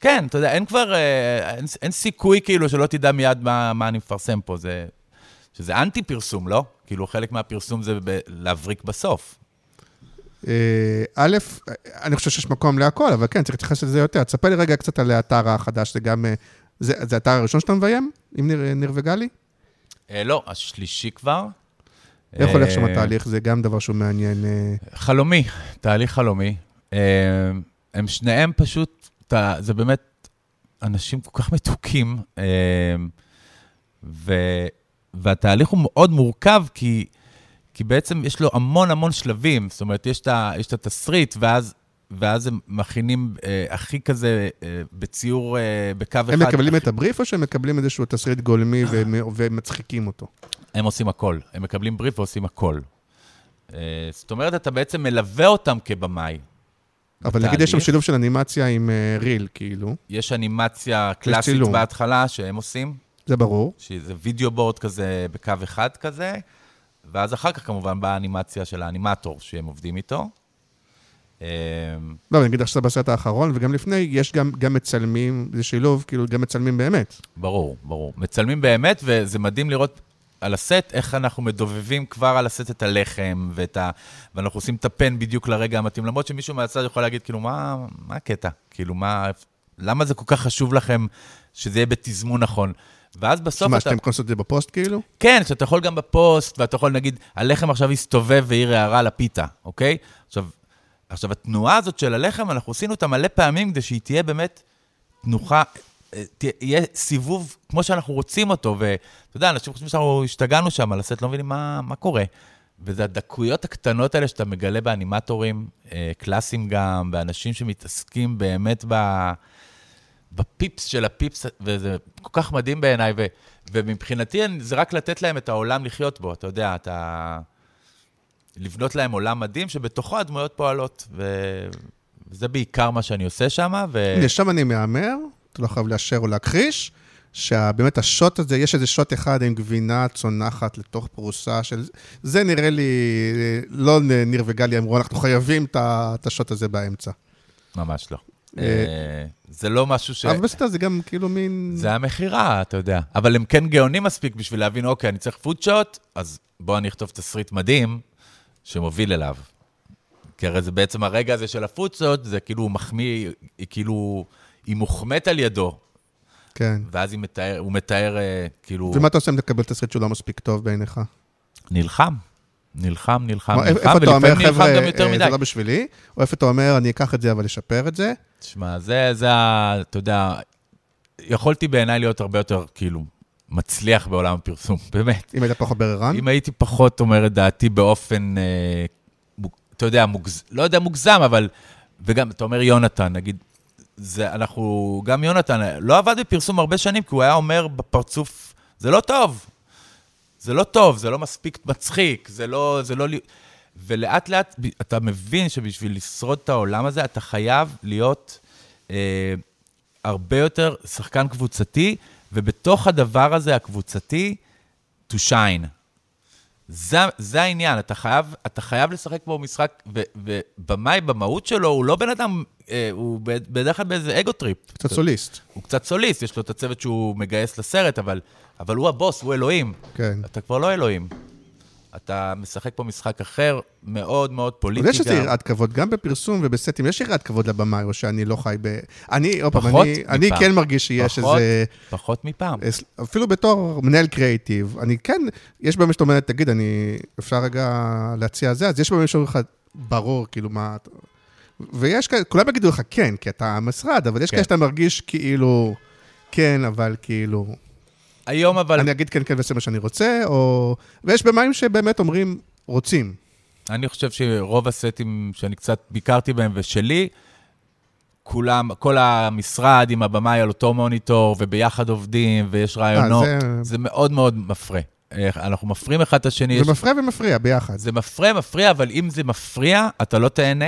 כן, אתה יודע, אין כבר, אין סיכוי כאילו שלא תדע מיד מה אני מפרסם פה, שזה אנטי פרסום, לא? כאילו חלק מהפרסום זה להבריק בסוף. א', אני חושב שיש מקום להכל, אבל כן, צריך להתייחס לזה יותר. תספר לי רגע קצת על האתר החדש, זה גם, זה האתר הראשון שאתה מביים, עם ניר וגלי? לא, השלישי כבר. איך הולך שם התהליך? זה גם דבר שהוא מעניין. חלומי, תהליך חלומי. הם שניהם פשוט, זה באמת אנשים כל כך מתוקים, והתהליך הוא מאוד מורכב, כי בעצם יש לו המון שלבים, זאת אומרת, יש את התסריט, ואז הם מכינים הכי כזה בציור בקו אחד. הם מקבלים את הבריף, או שהם מקבלים איזשהו תסריט גולמי ומצחיקים אותו? הם עושים הכל, הם מקבלים בריף ועושים הכל. זאת אומרת, אתה בעצם מלווה אותם כבמאי. אבל נגיד יש שם שילוב של אנימציה עם ריל, כאילו. יש אנימציה קלאסית בהתחלה שהם עושים. זה ברור. שזה וידאו בורד כזה בקו אחד כזה, ואז אחר כך כמובן באה האנימציה של האנימטור שהם עובדים איתו. לא, נגיד עכשיו בסרט האחרון, וגם לפני, יש גם מצלמים, זה שילוב, כאילו גם מצלמים באמת. ברור. מצלמים באמת, וזה מדהים לראות על הסט, איך אנחנו מדובבים כבר על הסט את הלחם, ואנחנו עושים את הפן בדיוק לרגע המתאים, למרות שמישהו מהצד יכול להגיד, כאילו, מה הקטע? כאילו, למה זה כל כך חשוב לכם שזה יהיה בתזמון נכון? ואז בסוף שמה, שאתם יכולים לעשות את זה בפוסט, כאילו? כן, שאתה יכול גם בפוסט, ואתה יכול, נגיד, הלחם עכשיו יסתובב ועיר הערה לפיתה, אוקיי? עכשיו, התנועה הזאת של הלחם, אנחנו עשינו אותה מלא פעמים, כדי שהיא תהיה באמת תנוחה, יהיה סיבוב כמו שאנחנו רוצים אותו, ואתה יודע, אנשים חושבים שאנחנו השתגענו שם, על הסט לא מבינים מה קורה. וזה הדקויות הקטנות האלה שאתה מגלה באנימטורים, קלאסיים גם, באנשים שמתעסקים באמת בפיפס של הפיפס, וזה כל כך מדהים בעיניי, ומבחינתי זה רק לתת להם את העולם לחיות בו, אתה יודע, לבנות להם עולם מדהים, שבתוכו הדמויות פועלות, וזה בעיקר מה שאני עושה שם. שם אני מאמר, אתה לא חייב לאשר או להכחיש, שבאמת השוט הזה, יש איזה שוט אחד עם גבינה צונחת לתוך פרוסה של... זה נראה לי, לא ניר וגלי אמרו, אנחנו חייבים את השוט הזה באמצע. ממש לא. זה לא משהו ש... אבל בסדר, זה גם כאילו מין... זה המחירה, אתה יודע. אבל הם כן גאונים מספיק בשביל להבין, אוקיי, אני צריך פוד שוט, אז בוא אני אכתוב תסריט מדהים שמוביל אליו. כי הרי זה בעצם הרגע הזה של הפוד שוט, זה כאילו מחמיא, היא מוחמת על ידו. כן. ואז הוא מתאר כאילו... ומה אתה עושה אם לקבל תסריט שהוא לא מספיק טוב בעיניך? נלחם, איפה אתה אומר, חבר'ה, זה לא בשבילי? או איפה אתה אומר, אני אקח את זה, אבל אשפר את זה? תשמע, אתה יודע, יכולתי בעיניי להיות הרבה יותר, כאילו, מצליח בעולם הפרסום, באמת. אם היית פחות בררן? אם הייתי פחות, אומר את דעתי באופן, אתה יודע, לא יודע מוגזם, אבל, וגם, אתה אומר יונתן, נגיד, גם יונתן, לא עבד בפרסום הרבה שנים, כי הוא היה אומר בפרצוף, זה לא טוב, זה לא מספיק מצחיק, זה לא... ולאט לאט אתה מבין שבשביל לשרוד את העולם הזה, אתה חייב להיות הרבה יותר שחקן קבוצתי, ובתוך הדבר הזה, הקבוצתי, to shine. זה העניין, אתה חייב לשחק בו משחק, ובמאי, במהות שלו, הוא לא בן אדם, הוא בדרך כלל באיזה אגו-טריפ. קצת סוליסט. הוא קצת סוליסט, יש לו את הצוות שהוא מגייס לסרט, אבל הוא הבוס, הוא אלוהים. כן. אתה כבר לא אלוהים. אתה משחק פה משחק אחר, מאוד מאוד פוליטי. יש איזה יראת כבוד, גם בפרסום ובסטים, יש יראת כבוד לבמאי, או שאני לא חי ב... אני כן מרגיש שיש איזה... פחות מפעם. אפילו בתור מנהל קריאיטיב, אני כן, יש במה שאתה אומרת, תגיד, אפשר רגע להציע זה, אז יש במה שאומר לך, ברור, כאילו מה... ויש כאלה, כולם יגידו לך כן, כי אתה משרד, אבל יש כאלה שאתה מרגיש כאילו, כן, אבל כאילו... היום אבל... אני אגיד כן, כן, וזה מה שאני רוצה, או... ויש במאים שבאמת אומרים, רוצים. אני חושב שרוב הסטים שאני קצת ביקרתי בהם ושלי, כל המשרד עם הבמאי על אותו מוניטור, וביחד עובדים, ויש רעיונות, זה מאוד מאוד מפריע. אנחנו מפריעים אחד את השני. זה מפריע ומפריע ביחד. זה מפריע, אבל אם זה מפריע, אתה לא תהנה,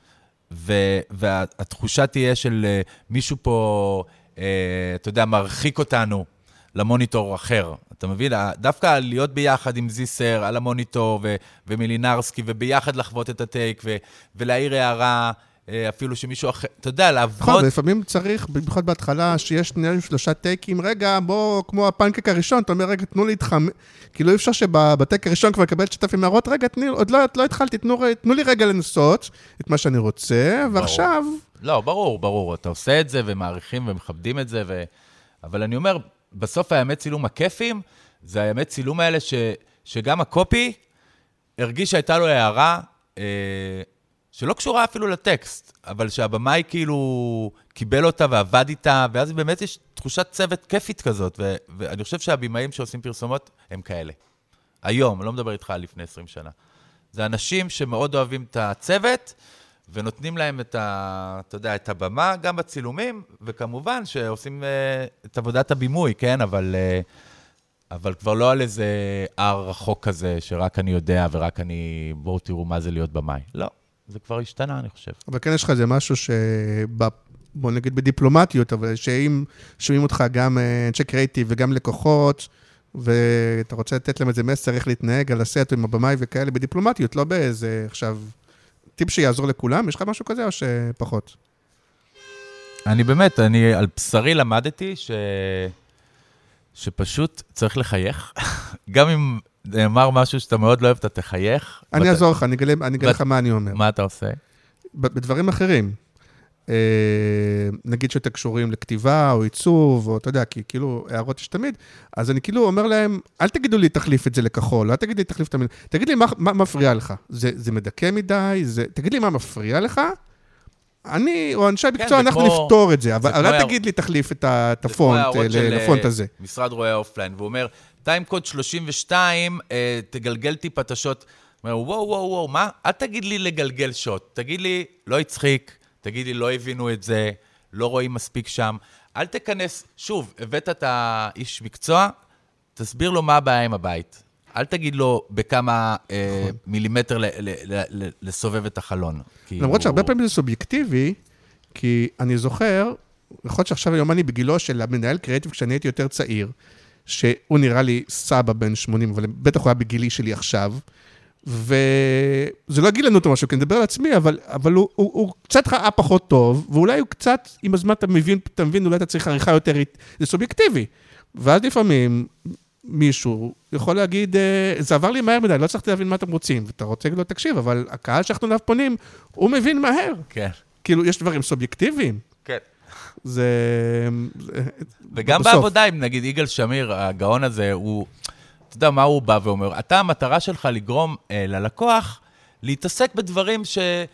והתחושה תהיה של מישהו פה, אתה יודע, מרחיק אותנו, למוניטור אחר. אתה מבין? דווקא להיות ביחד עם זיסר על המוניטור ומילינרסקי, וביחד לחוות את הטייק, ולהעיר הערה אפילו שמישהו אחר, אתה יודע, לעבוד... נכון, לפעמים צריך, במיוחד בהתחלה, שיש 2-3 טייקים, רגע, בוא, כמו הפנקק הראשון, אתה אומר, רגע, תנו לי להתחמם, כאילו אי אפשר שבטייק הראשון כבר לקבל שתף עם הערות, רגע, עוד לא התחלתי, תנו לי רגע לנסות את מה שאני רוצה, ועכשיו... לא, ברור, אתה עושה את זה, ומעריכים ומכבדים את זה, אבל אני אומר, בסוף הימי צילום הכיפים, זה הימי צילום האלה שגם הקופי הרגיש שהייתה לו הערה, שלא קשורה אפילו לטקסט, אבל שהבמאי כאילו קיבל אותה ועבד איתה, ואז באמת יש תחושת צוות כיפית כזאת, ואני חושב שהבימאים שעושים פרסומות הם כאלה. היום, אני לא מדבר איתך על לפני 20 שנה. זה אנשים שמאוד אוהבים את הצוות, ונותנים להם אתה יודע, את הבמה, גם בצילומים, וכמובן שעושים את עבודת הבימוי, כן? אבל כבר לא על איזה הר רחוק כזה, שרק אני יודע, ורק בואו תראו מה זה להיות במאי. לא. זה כבר השתנה, אני חושב. אבל כן יש לך איזה משהו בוא נגיד בדיפלומטיות, אבל שאם שומעים אותך גם אנשי קריאיטיב וגם לקוחות, ואתה רוצה לתת להם איזה מסר, איך להתנהג על הסט עם הבמאי וכאלה, בדיפלומטיות, לא באיזה עכשיו טיפ שיעזור לכולם, יש לך משהו כזה או שפחות? אני על בשרי למדתי שפשוט צריך לחייך, גם אם נאמר משהו שאתה מאוד לא אוהב, אתה תחייך. אני אעזור לך, אני אגלה לך מה אני אומר. מה אתה עושה? בדברים אחרים. נגיד שאתה קשורים לכתיבה או עיצוב, או אתה יודע, כי כאילו הערות יש תמיד, אז אני כאילו אומר להם, אל תגידו לי תחליף את זה לכחול, אל תגיד לי תחליף את המילה, תגיד לי מה מפריע לך. זה מדכא מדי, תגיד לי מה מפריע לך, אני או אנשי מקצוע, אנחנו נפתור את זה, אבל אל תגיד לי תחליף את הפונט, לפונט הזה. משרד רואה אופליין, והוא אומר, טיימקוד 32, תגלגל טיפה את השוט. הוא אומר, וואו, מה? אל תגיד לי לגלגל שוט. תגיד לי, לא הצחיק, תגיד לי, לא הבינו את זה, לא רואים מספיק שם. אל תכנס, שוב, הבאת את האיש מקצוע, תסביר לו מה הבעיה עם הבית. אל תגיד לו בכמה מילימטר לסובב את החלון. למרות שהרבה פעמים זה סובייקטיבי, כי אני זוכר, יכול להיות שעכשיו היום אני בגילו של המנהל קריאיטיב, כשאני הייתי יותר צעיר, שהוא נראה לי סבא בן 80, אבל בטח הוא היה בגילי שלי עכשיו, וזה לא הגיל לנו אותו משהו, כי אני מדבר על עצמי, אבל הוא קצת ראה פחות טוב, ואולי הוא קצת, עם הזמן אתה מבין, אולי אתה צריך עריכה יותר, זה סובייקטיבי. ואז לפעמים מישהו יכול להגיד, זה עבר לי מהר מדי, לא צריך להבין מה אתם רוצים, ואתה רוצה להגיד לו, תקשיב, אבל הקהל שאנחנו אליו פונים, הוא מבין מהר. כן. כאילו, יש דברים סובייקטיביים. כן. זה... וגם בעבודה, אם נגיד יגאל שמיר, הגאון הזה, הוא, אתה יודע מה הוא בא ואומר, אתה המטרה שלך לגרום ללקוח, להתעסק בדברים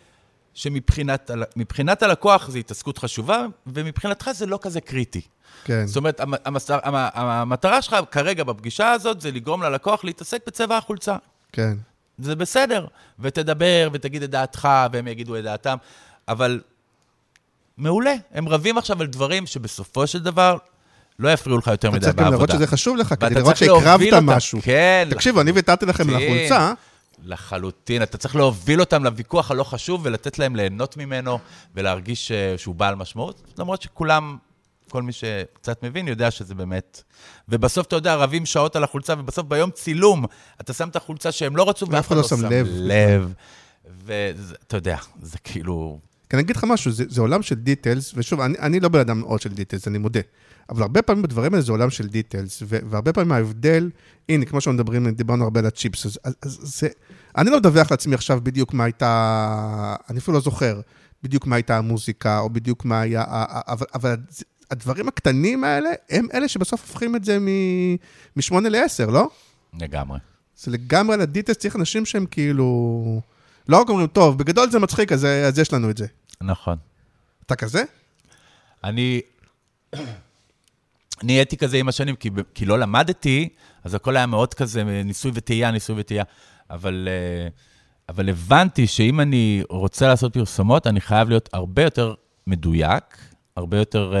שמבחינת הלקוח זה התעסקות חשובה, ומבחינתך זה לא כזה קריטי. כן. זאת אומרת, המטרה שלך כרגע בפגישה הזאת, זה לגרום ללקוח להתעסק בצבע החולצה. כן. זה בסדר, ותדבר ותגיד את דעתך, והם יגידו את דעתם, אבל מעולה, הם רבים עכשיו על דברים שבסופו של דבר לא יפריעו לך יותר מדי בעבודה. אתה צריך לראות שזה חשוב לך, כדי לראות שהקרבת משהו. כן. תקשיבו, אני ויתרתי לכם לחולצה. לחלוטין, אתה צריך להוביל אותם לוויכוח הלא חשוב, ולתת להם ליהנות ממנו, ולהרגיש שהוא בעל משמעות, למרות שכולם, כל מי שקצת מבין, יודע שזה באמת. ובסוף אתה יודע, רבים שעות על החולצה, ובסוף ביום צילום, אתה שם את החולצה שהם לא רצו, ואף אחד לא שם לב. ואתה יודע, זה כאילו... כי אני אגיד לך משהו, זה עולם של דיטלס, ושוב, אני לא בן אדם מאוד של דיטלס, אני מודה. אבל הרבה פעמים בדברים האלה זה עולם של דיטלס, והרבה פעמים ההבדל, הנה, כמו שאנחנו דיברנו הרבה על הצ'יפס, אז זה, אני לא מדווח לעצמי עכשיו בדיוק מה הייתה, אני אפילו לא זוכר, בדיוק מה הייתה המוזיקה, או בדיוק מה היה, אבל הדברים הקטנים האלה, הם אלה שבסוף הופכים את זה מ-8 ל-10, לא? לגמרי. זה לגמרי לדיטלס, צריך אנשים שהם כאילו, לא רק אומרים, טוב, בגדול זה מצחיק, אז יש לנו את זה. נכון. אתה כזה? אני הייתי כזה עם השנים, כי לא למדתי, אז הכל היה מאוד כזה, ניסוי וטעייה, אבל הבנתי שאם אני רוצה לעשות פרסומות, אני חייב להיות הרבה יותר מדויק, הרבה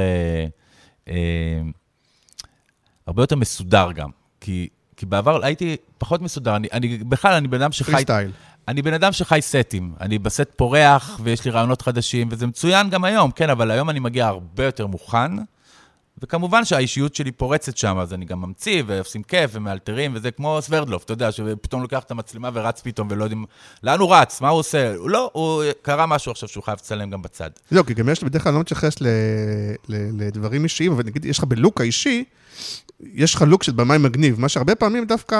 יותר מסודר גם. כי בעבר הייתי פחות מסודר, בכלל אני בן אדם שחי... פריסטייל. אני בן אדם שחי סטים, אני בסט פורח, ויש לי רעיונות חדשים, וזה מצוין גם היום, כן, אבל היום אני מגיע הרבה יותר מוכן, וכמובן שהאישיות שלי פורצת שם, אז אני גם ממציא ועושים כיף ומאלתרים, וזה כמו סוורדלוף, אתה יודע, שפתאום לוקח את המצלמה ורץ פתאום, ולא יודעים לאן הוא רץ, מה הוא עושה. לא, הוא קרא משהו עכשיו שהוא חייב לצלם גם בצד. לא, כי גם יש בדרך כלל לא מתייחס לדברים אישיים, אבל נגיד, יש לך בלוק האישי, יש לך לוק של במאי מגניב, מה שהרבה פעמים דווקא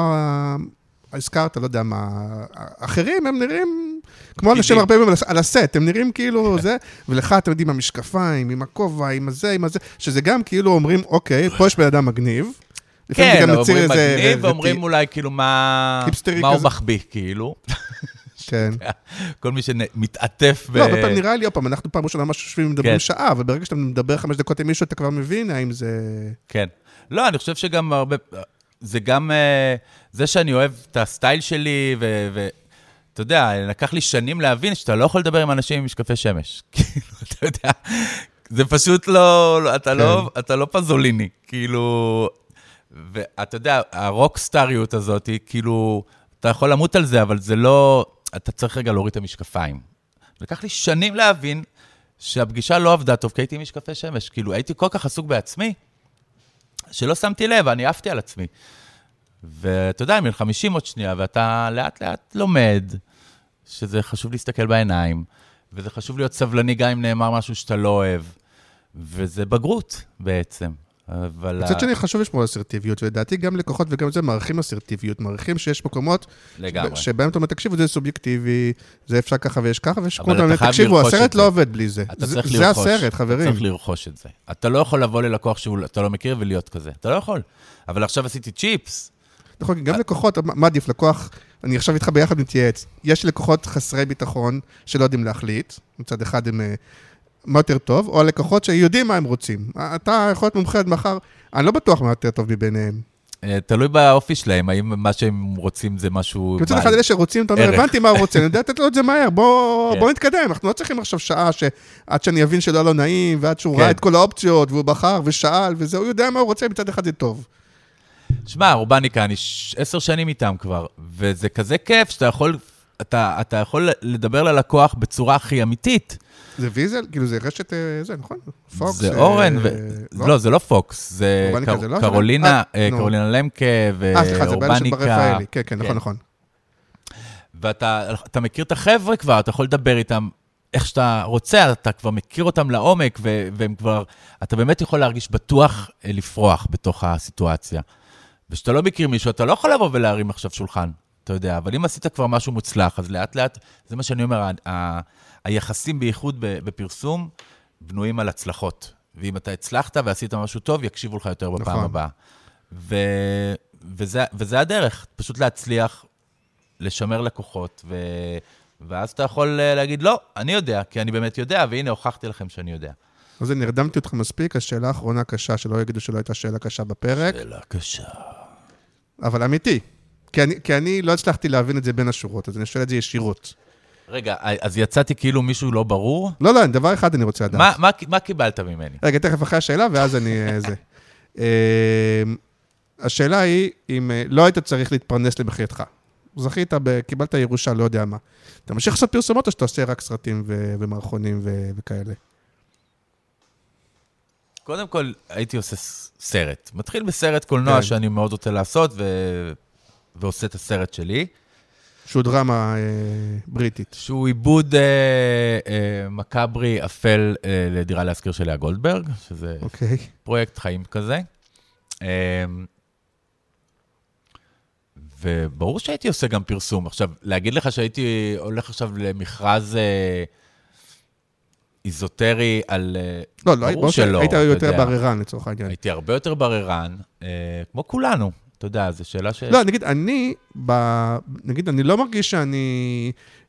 הזכרת, לא יודע מה, אחרים הם נראים כמו אנשים הרבה פעמים על הסט, הם נראים כאילו זה, ולך אתם יודעים, עם המשקפיים, עם הכובע, עם הזה, שזה גם כאילו אומרים, אוקיי, פה יש בן אדם מגניב. כן, אומרים מגניב, ואומרים אולי כאילו מה הוא מחביא, כאילו. כן. כל מי שמתעטף לא, הרבה פעמים נראה לי, אנחנו פעם ראשונה ממש יושבים ומדברים שעה, אבל ברגע שאתה מדבר 5 דקות עם מישהו, אתה כבר מבין האם זה... כן. לא, אני חושב שגם הרבה... זה גם... זה שאני אוהב את הסטייל שלי, ואתה יודע, לקח לי שנים להבין שאתה לא יכול לדבר עם אנשים עם משקפי שמש. כאילו, אתה יודע, זה פשוט לא... אתה לא פזוליני, כאילו... ואתה יודע, הרוקסטריות הזאת, כאילו... אתה יכול למות על זה, אבל זה לא... אתה צריך רגע להוריד את המשקפיים. לקח לי שנים להבין שהפגישה לא עבדה טוב, כי הייתי עם משקפי שמש. כאילו, הייתי כל כך עסוק בעצמי, שלא שמתי לב, אני עפתי על עצמי. ואתה יודע, 50 עוד שנייה, ואתה לאט לאט לומד, שזה חשוב להסתכל בעיניים, וזה חשוב להיות סבלני גם אם נאמר משהו שאתה לא אוהב, וזה בגרות בעצם. מצד שני חשוב לשמור אסרטיביות, ולדעתי גם לקוחות וגם זה מערכים אסרטיביות, מערכים שיש מקומות שבהם אתה אומר, תקשיבו, זה סובייקטיבי, זה אפשר ככה ויש ככה, תקשיבו, הסרט לא עובד בלי זה. זה הסרט, חברים. אתה צריך לרכוש את זה. אתה לא יכול לבוא ללקוח שאתה לא מכיר ולהיות כזה. אתה לא יכול. אבל עכשיו עשיתי צ'יפס. נכון, גם לקוחות, מה עדיף? לקוח, אני עכשיו איתך ביחד מתייעץ. יש לקוחות חסרי ביטחון שלא יודעים להחליט, מצד אחד הם מה יותר טוב, או הלקוחות שיודעים מה הם רוצים. אתה יכול להיות מומחה עד מחר, אני לא בטוח מה יותר טוב מביניהם. תלוי באופי שלהם, האם מה שהם רוצים זה משהו... כי מצד אחד אלה שרוצים, אתה אומר, הבנתי מה הוא רוצה, אני יודע לתת לו את זה מהר, בוא נתקדם, אנחנו לא צריכים עכשיו שעה עד שאני אבין שלא לא נעים, ועד שהוא ראה את כל האופציות, והוא בחר ושאל, וזה, הוא יודע מה הוא רוצה, מצד אחד זה טוב. שמע, אורבניקה, אני 10 שנים איתם כבר, וזה כזה כיף שאתה יכול לדבר ללקוח בצורה הכי אמיתית. זה ויזל? כאילו זה רשת, זה נכון? פוקס? זה אורן, לא, זה לא פוקס, זה קרולינה למקה ואורבניקה. כן, נכון. ואתה מכיר את החבר'ה כבר, אתה יכול לדבר איתם איך שאתה רוצה, אתה כבר מכיר אותם לעומק, והם כבר, אתה באמת יכול להרגיש בטוח לפרוח בתוך הסיטואציה. ושאתה לא מכיר מישהו, אתה לא יכול לבוא ולהרים עכשיו שולחן, אתה יודע, אבל אם עשית כבר משהו מוצלח, אז לאט לאט, זה מה שאני אומר, היחסים בייחוד בפרסום בנויים על הצלחות. ואם אתה הצלחת ועשית משהו טוב, יקשיבו לך יותר בפעם הבאה. וזה הדרך, פשוט להצליח, לשמר לקוחות, ואז אתה יכול להגיד, לא, אני יודע, כי אני באמת יודע, והנה הוכחתי לכם שאני יודע. אז אני נרדמתי אותך מספיק, השאלה האחרונה קשה, שלא יגידו שלא הייתה שאלה קשה בפרק. שאלה קשה. אבל אמיתי, כי אני לא הצלחתי להבין את זה בין השורות, אז אני שואל את זה ישירות. רגע, אז יצאתי כאילו מישהו לא ברור? לא, דבר אחד אני רוצה לדעת. מה קיבלת ממני? רגע, תכף אחרי השאלה, ואז אני... השאלה היא, אם לא היית צריך להתפרנס למחייתך. זכית, קיבלת ירושה, לא יודע מה. אתה ממשיך לעשות פרסומות, או שאתה עושה רק סרטים ומערכונים וכאלה? קודם כל, הייתי עושה סרט. מתחיל בסרט קולנוע שאני מאוד רוצה לעשות, ועושה את הסרט שלי. שהוא דרמה בריטית. שהוא עיבוד מקאברי אפל לדירה להזכיר של לאה גולדברג, שזה פרויקט חיים כזה. וברור שהייתי עושה גם פרסום. עכשיו, להגיד לך שהייתי הולך עכשיו למכרז איזוטרי על... ברור שלא. היית יותר בררן לצורך העניין. הייתי הרבה יותר בררן, כמו כולנו. אתה יודע, זו שאלה ש... לא, נגיד, אני לא מרגיש שאני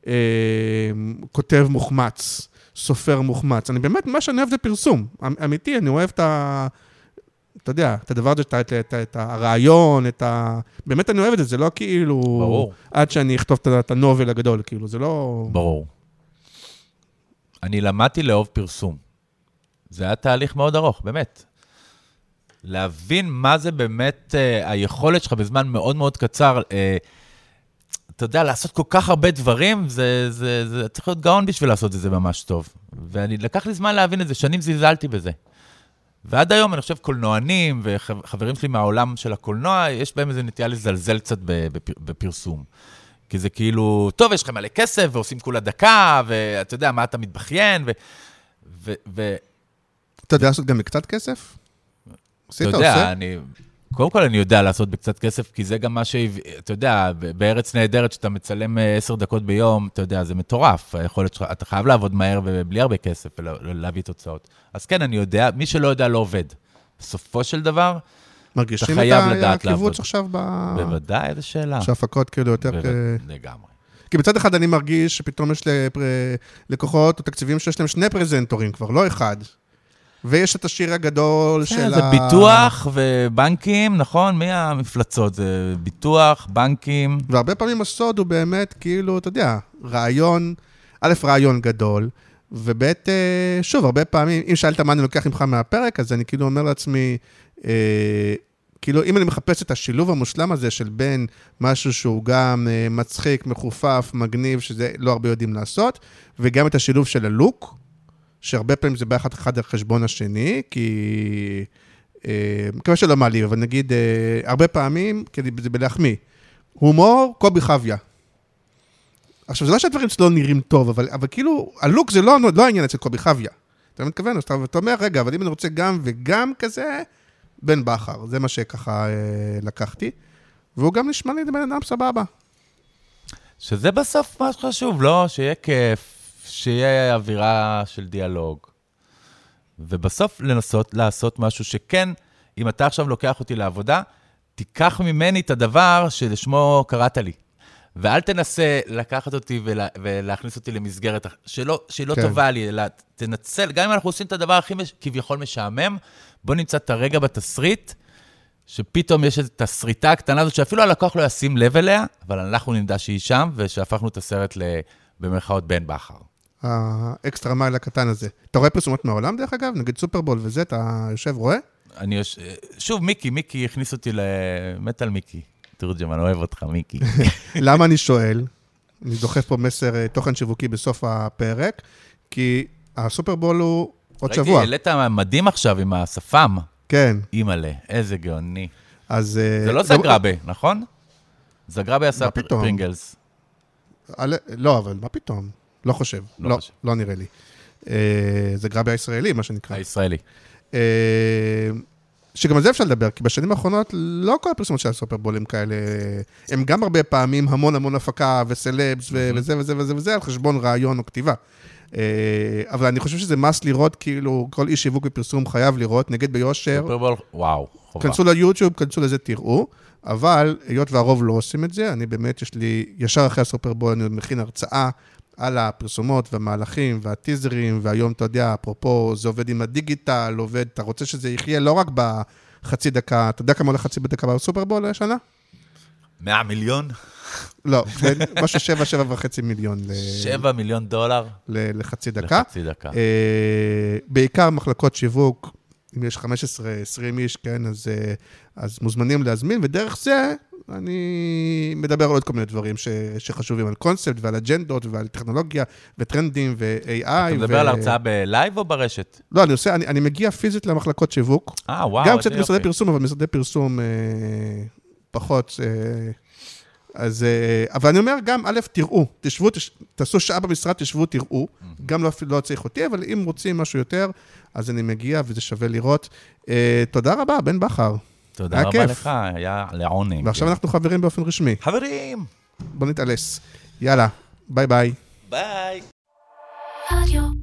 כותב מוחמץ, סופר מוחמץ. אני באמת, מה שאני אוהב זה פרסום. אמיתי, אני אוהב אתה יודע, את הדבר הזה, את הרעיון, באמת אני אוהב את זה, זה לא כאילו... ברור. עד שאני אכתוב את הנובל הגדול, כאילו, זה לא... ברור. אני למדתי לאהוב פרסום. זה היה תהליך מאוד ארוך, באמת. להבין מה זה באמת היכולת שלך בזמן מאוד מאוד קצר, אתה יודע, לעשות כל כך הרבה דברים, זה צריך להיות גאון בשביל לעשות את זה ממש טוב. ואני לקח לי זמן להבין את זה, שנים זלזלתי בזה. ועד היום אני חושב קולנוענים וחברים שלי מהעולם של הקולנוע, יש בהם איזו נטייה לזלזל קצת בפרסום. כי זה כאילו, טוב, יש לכם מלא כסף, ועושים כולה דקה, ואתה יודע, מה אתה מתבכיין, אתה יודע לעשות גם בקצת כסף? אתה יודע, קודם כל אני יודע לעשות בקצת כסף, כי זה גם מה אתה יודע, בארץ נהדרת שאתה מצלם 10 דקות ביום, אתה יודע, זה מטורף. אתה חייב לעבוד מהר ובלי הרבה כסף, ולהביא תוצאות. אז כן, אני יודע, מי שלא יודע לא עובד. בסופו של דבר, מרגישים את הקיבוץ עכשיו בוודאי, איזו שאלה. שהפקות כאילו יותר... לגמרי. כי מצד אחד אני מרגיש שפתאום יש לקוחות או תקציבים שיש להם 2 פרזנטורים כבר, לא אחד. ויש את השיר הגדול של זה ביטוח ובנקים, נכון? מי המפלצות? זה ביטוח, בנקים. והרבה פעמים הסוד הוא באמת, כאילו, אתה יודע, רעיון גדול, ובית, שוב, הרבה פעמים, אם שאלת מה אני לוקח ממך מהפרק, אז אני כאילו אומר לעצמי, כאילו, אם אני מחפש את השילוב המושלם הזה של בין משהו שהוא גם מצחיק, מחופף, מגניב, שזה לא הרבה יודעים לעשות, וגם את השילוב של הלוק, שהרבה פעמים זה באחד אחד על חשבון השני, כי... מקווה שלא מעליב, אבל נגיד, הרבה פעמים, כי זה בלהחמיא, הומור, קובי חוויה. עכשיו, זה לא שהדברים שלא נראים טוב, אבל כאילו, הלוק זה לא העניין אצל קובי חוויה. אתה מתכוון, אתה אומר, רגע, אבל אם אני רוצה גם וגם כזה, בן בחר. זה מה שככה לקחתי. והוא גם נשמע לי בן אדם סבבה. שזה בסוף מה שחשוב, לא? שיהיה כיף. שיהיה אווירה של דיאלוג, ובסוף לנסות לעשות משהו שכן, אם אתה עכשיו לוקח אותי לעבודה, תיקח ממני את הדבר שלשמו קראת לי, ואל תנסה לקחת אותי ולהכניס אותי למסגרת שהיא לא טובה לי, אלא תנצל, גם אם אנחנו עושים את הדבר הכי כביכול משעמם, בוא נמצא את הרגע בתסריט, שפתאום יש את הסריטה הקטנה הזאת, שאפילו הלקוח לא ישים לב אליה, אבל אנחנו נדע שהיא שם, ושהפכנו את הסרט במרכאות בן בחר. האקסטרה מייל הקטן הזה. אתה רואה פרסומות מהעולם דרך אגב? נגיד סופרבול וזה, אתה יושב, רואה? שוב, מיקי הכניס אותי מת על מיקי. תורג'ם, אני אוהב אותך, מיקי. למה אני שואל? אני דוחף פה מסר תוכן שיווקי בסוף הפרק, כי הסופרבול הוא עוד שבוע. רגע, העלית מדהים עכשיו עם השפם. כן. אימא'לה, איזה גאוני. אז... זה לא זגרבה, נכון? זגרבה עשה פרינגלס. לא, אבל מה פתאום? לא חושב. לא נראה לי. זה גרבי הישראלי, מה שנקרא. הישראלי. שגם על זה אפשר לדבר, כי בשנים האחרונות לא כל הפרסומות של הסופרבולים כאלה, הם גם הרבה פעמים המון הפקה וסלבס וזה וזה וזה וזה, על חשבון רעיון או כתיבה. אבל אני חושב שזה מס לראות, כאילו, כל איש שיווק ופרסום חייב לראות, נגד ביושר. סופרבול, וואו, חובה. כנסו ליוטיוב, כנסו לזה, תראו, אבל היות והרוב לא עושים את זה, אני באמת, יש לי, ישר אחרי הסופרבול, אני מכין הרצאה על הפרסומות והמהלכים והטיזרים, והיום אתה יודע, אפרופו, זה עובד עם הדיגיטל, עובד, אתה רוצה שזה יחיה לא רק בחצי דקה, אתה יודע כמה עולה חצי דקה בסופרבול לשנה? 100 מיליון? לא, משהו 7.5 מיליון. 7 מיליון דולר? לחצי דקה. לחצי דקה. בעיקר מחלקות שיווק, אם יש 15-20 איש, כן, אז מוזמנים להזמין, ודרך זה אני מדבר על עוד כל מיני דברים שחשובים, על קונספט ועל אג'נדות ועל טכנולוגיה וטרנדים ו-AI. אתה מדבר על הרצאה בלייב או ברשת? לא, אני מגיע פיזית למחלקות שיווק. וואו. גם קצת משרדי פרסום, אבל משרדי פרסום פחות. אבל אני אומר גם, א', תראו, תשבו, תעשו שעה במשרד, תשבו, תראו. גם לא צריך אותי, אבל אם רוצים משהו יותר, אז אני מגיע וזה שווה לראות. תודה רבה, בן בחר. תודה רבה לך, היה לעונג. ועכשיו אנחנו חברים באופן רשמי. חברים! בוא נתעלס. יאללה, ביי ביי. ביי. רדיו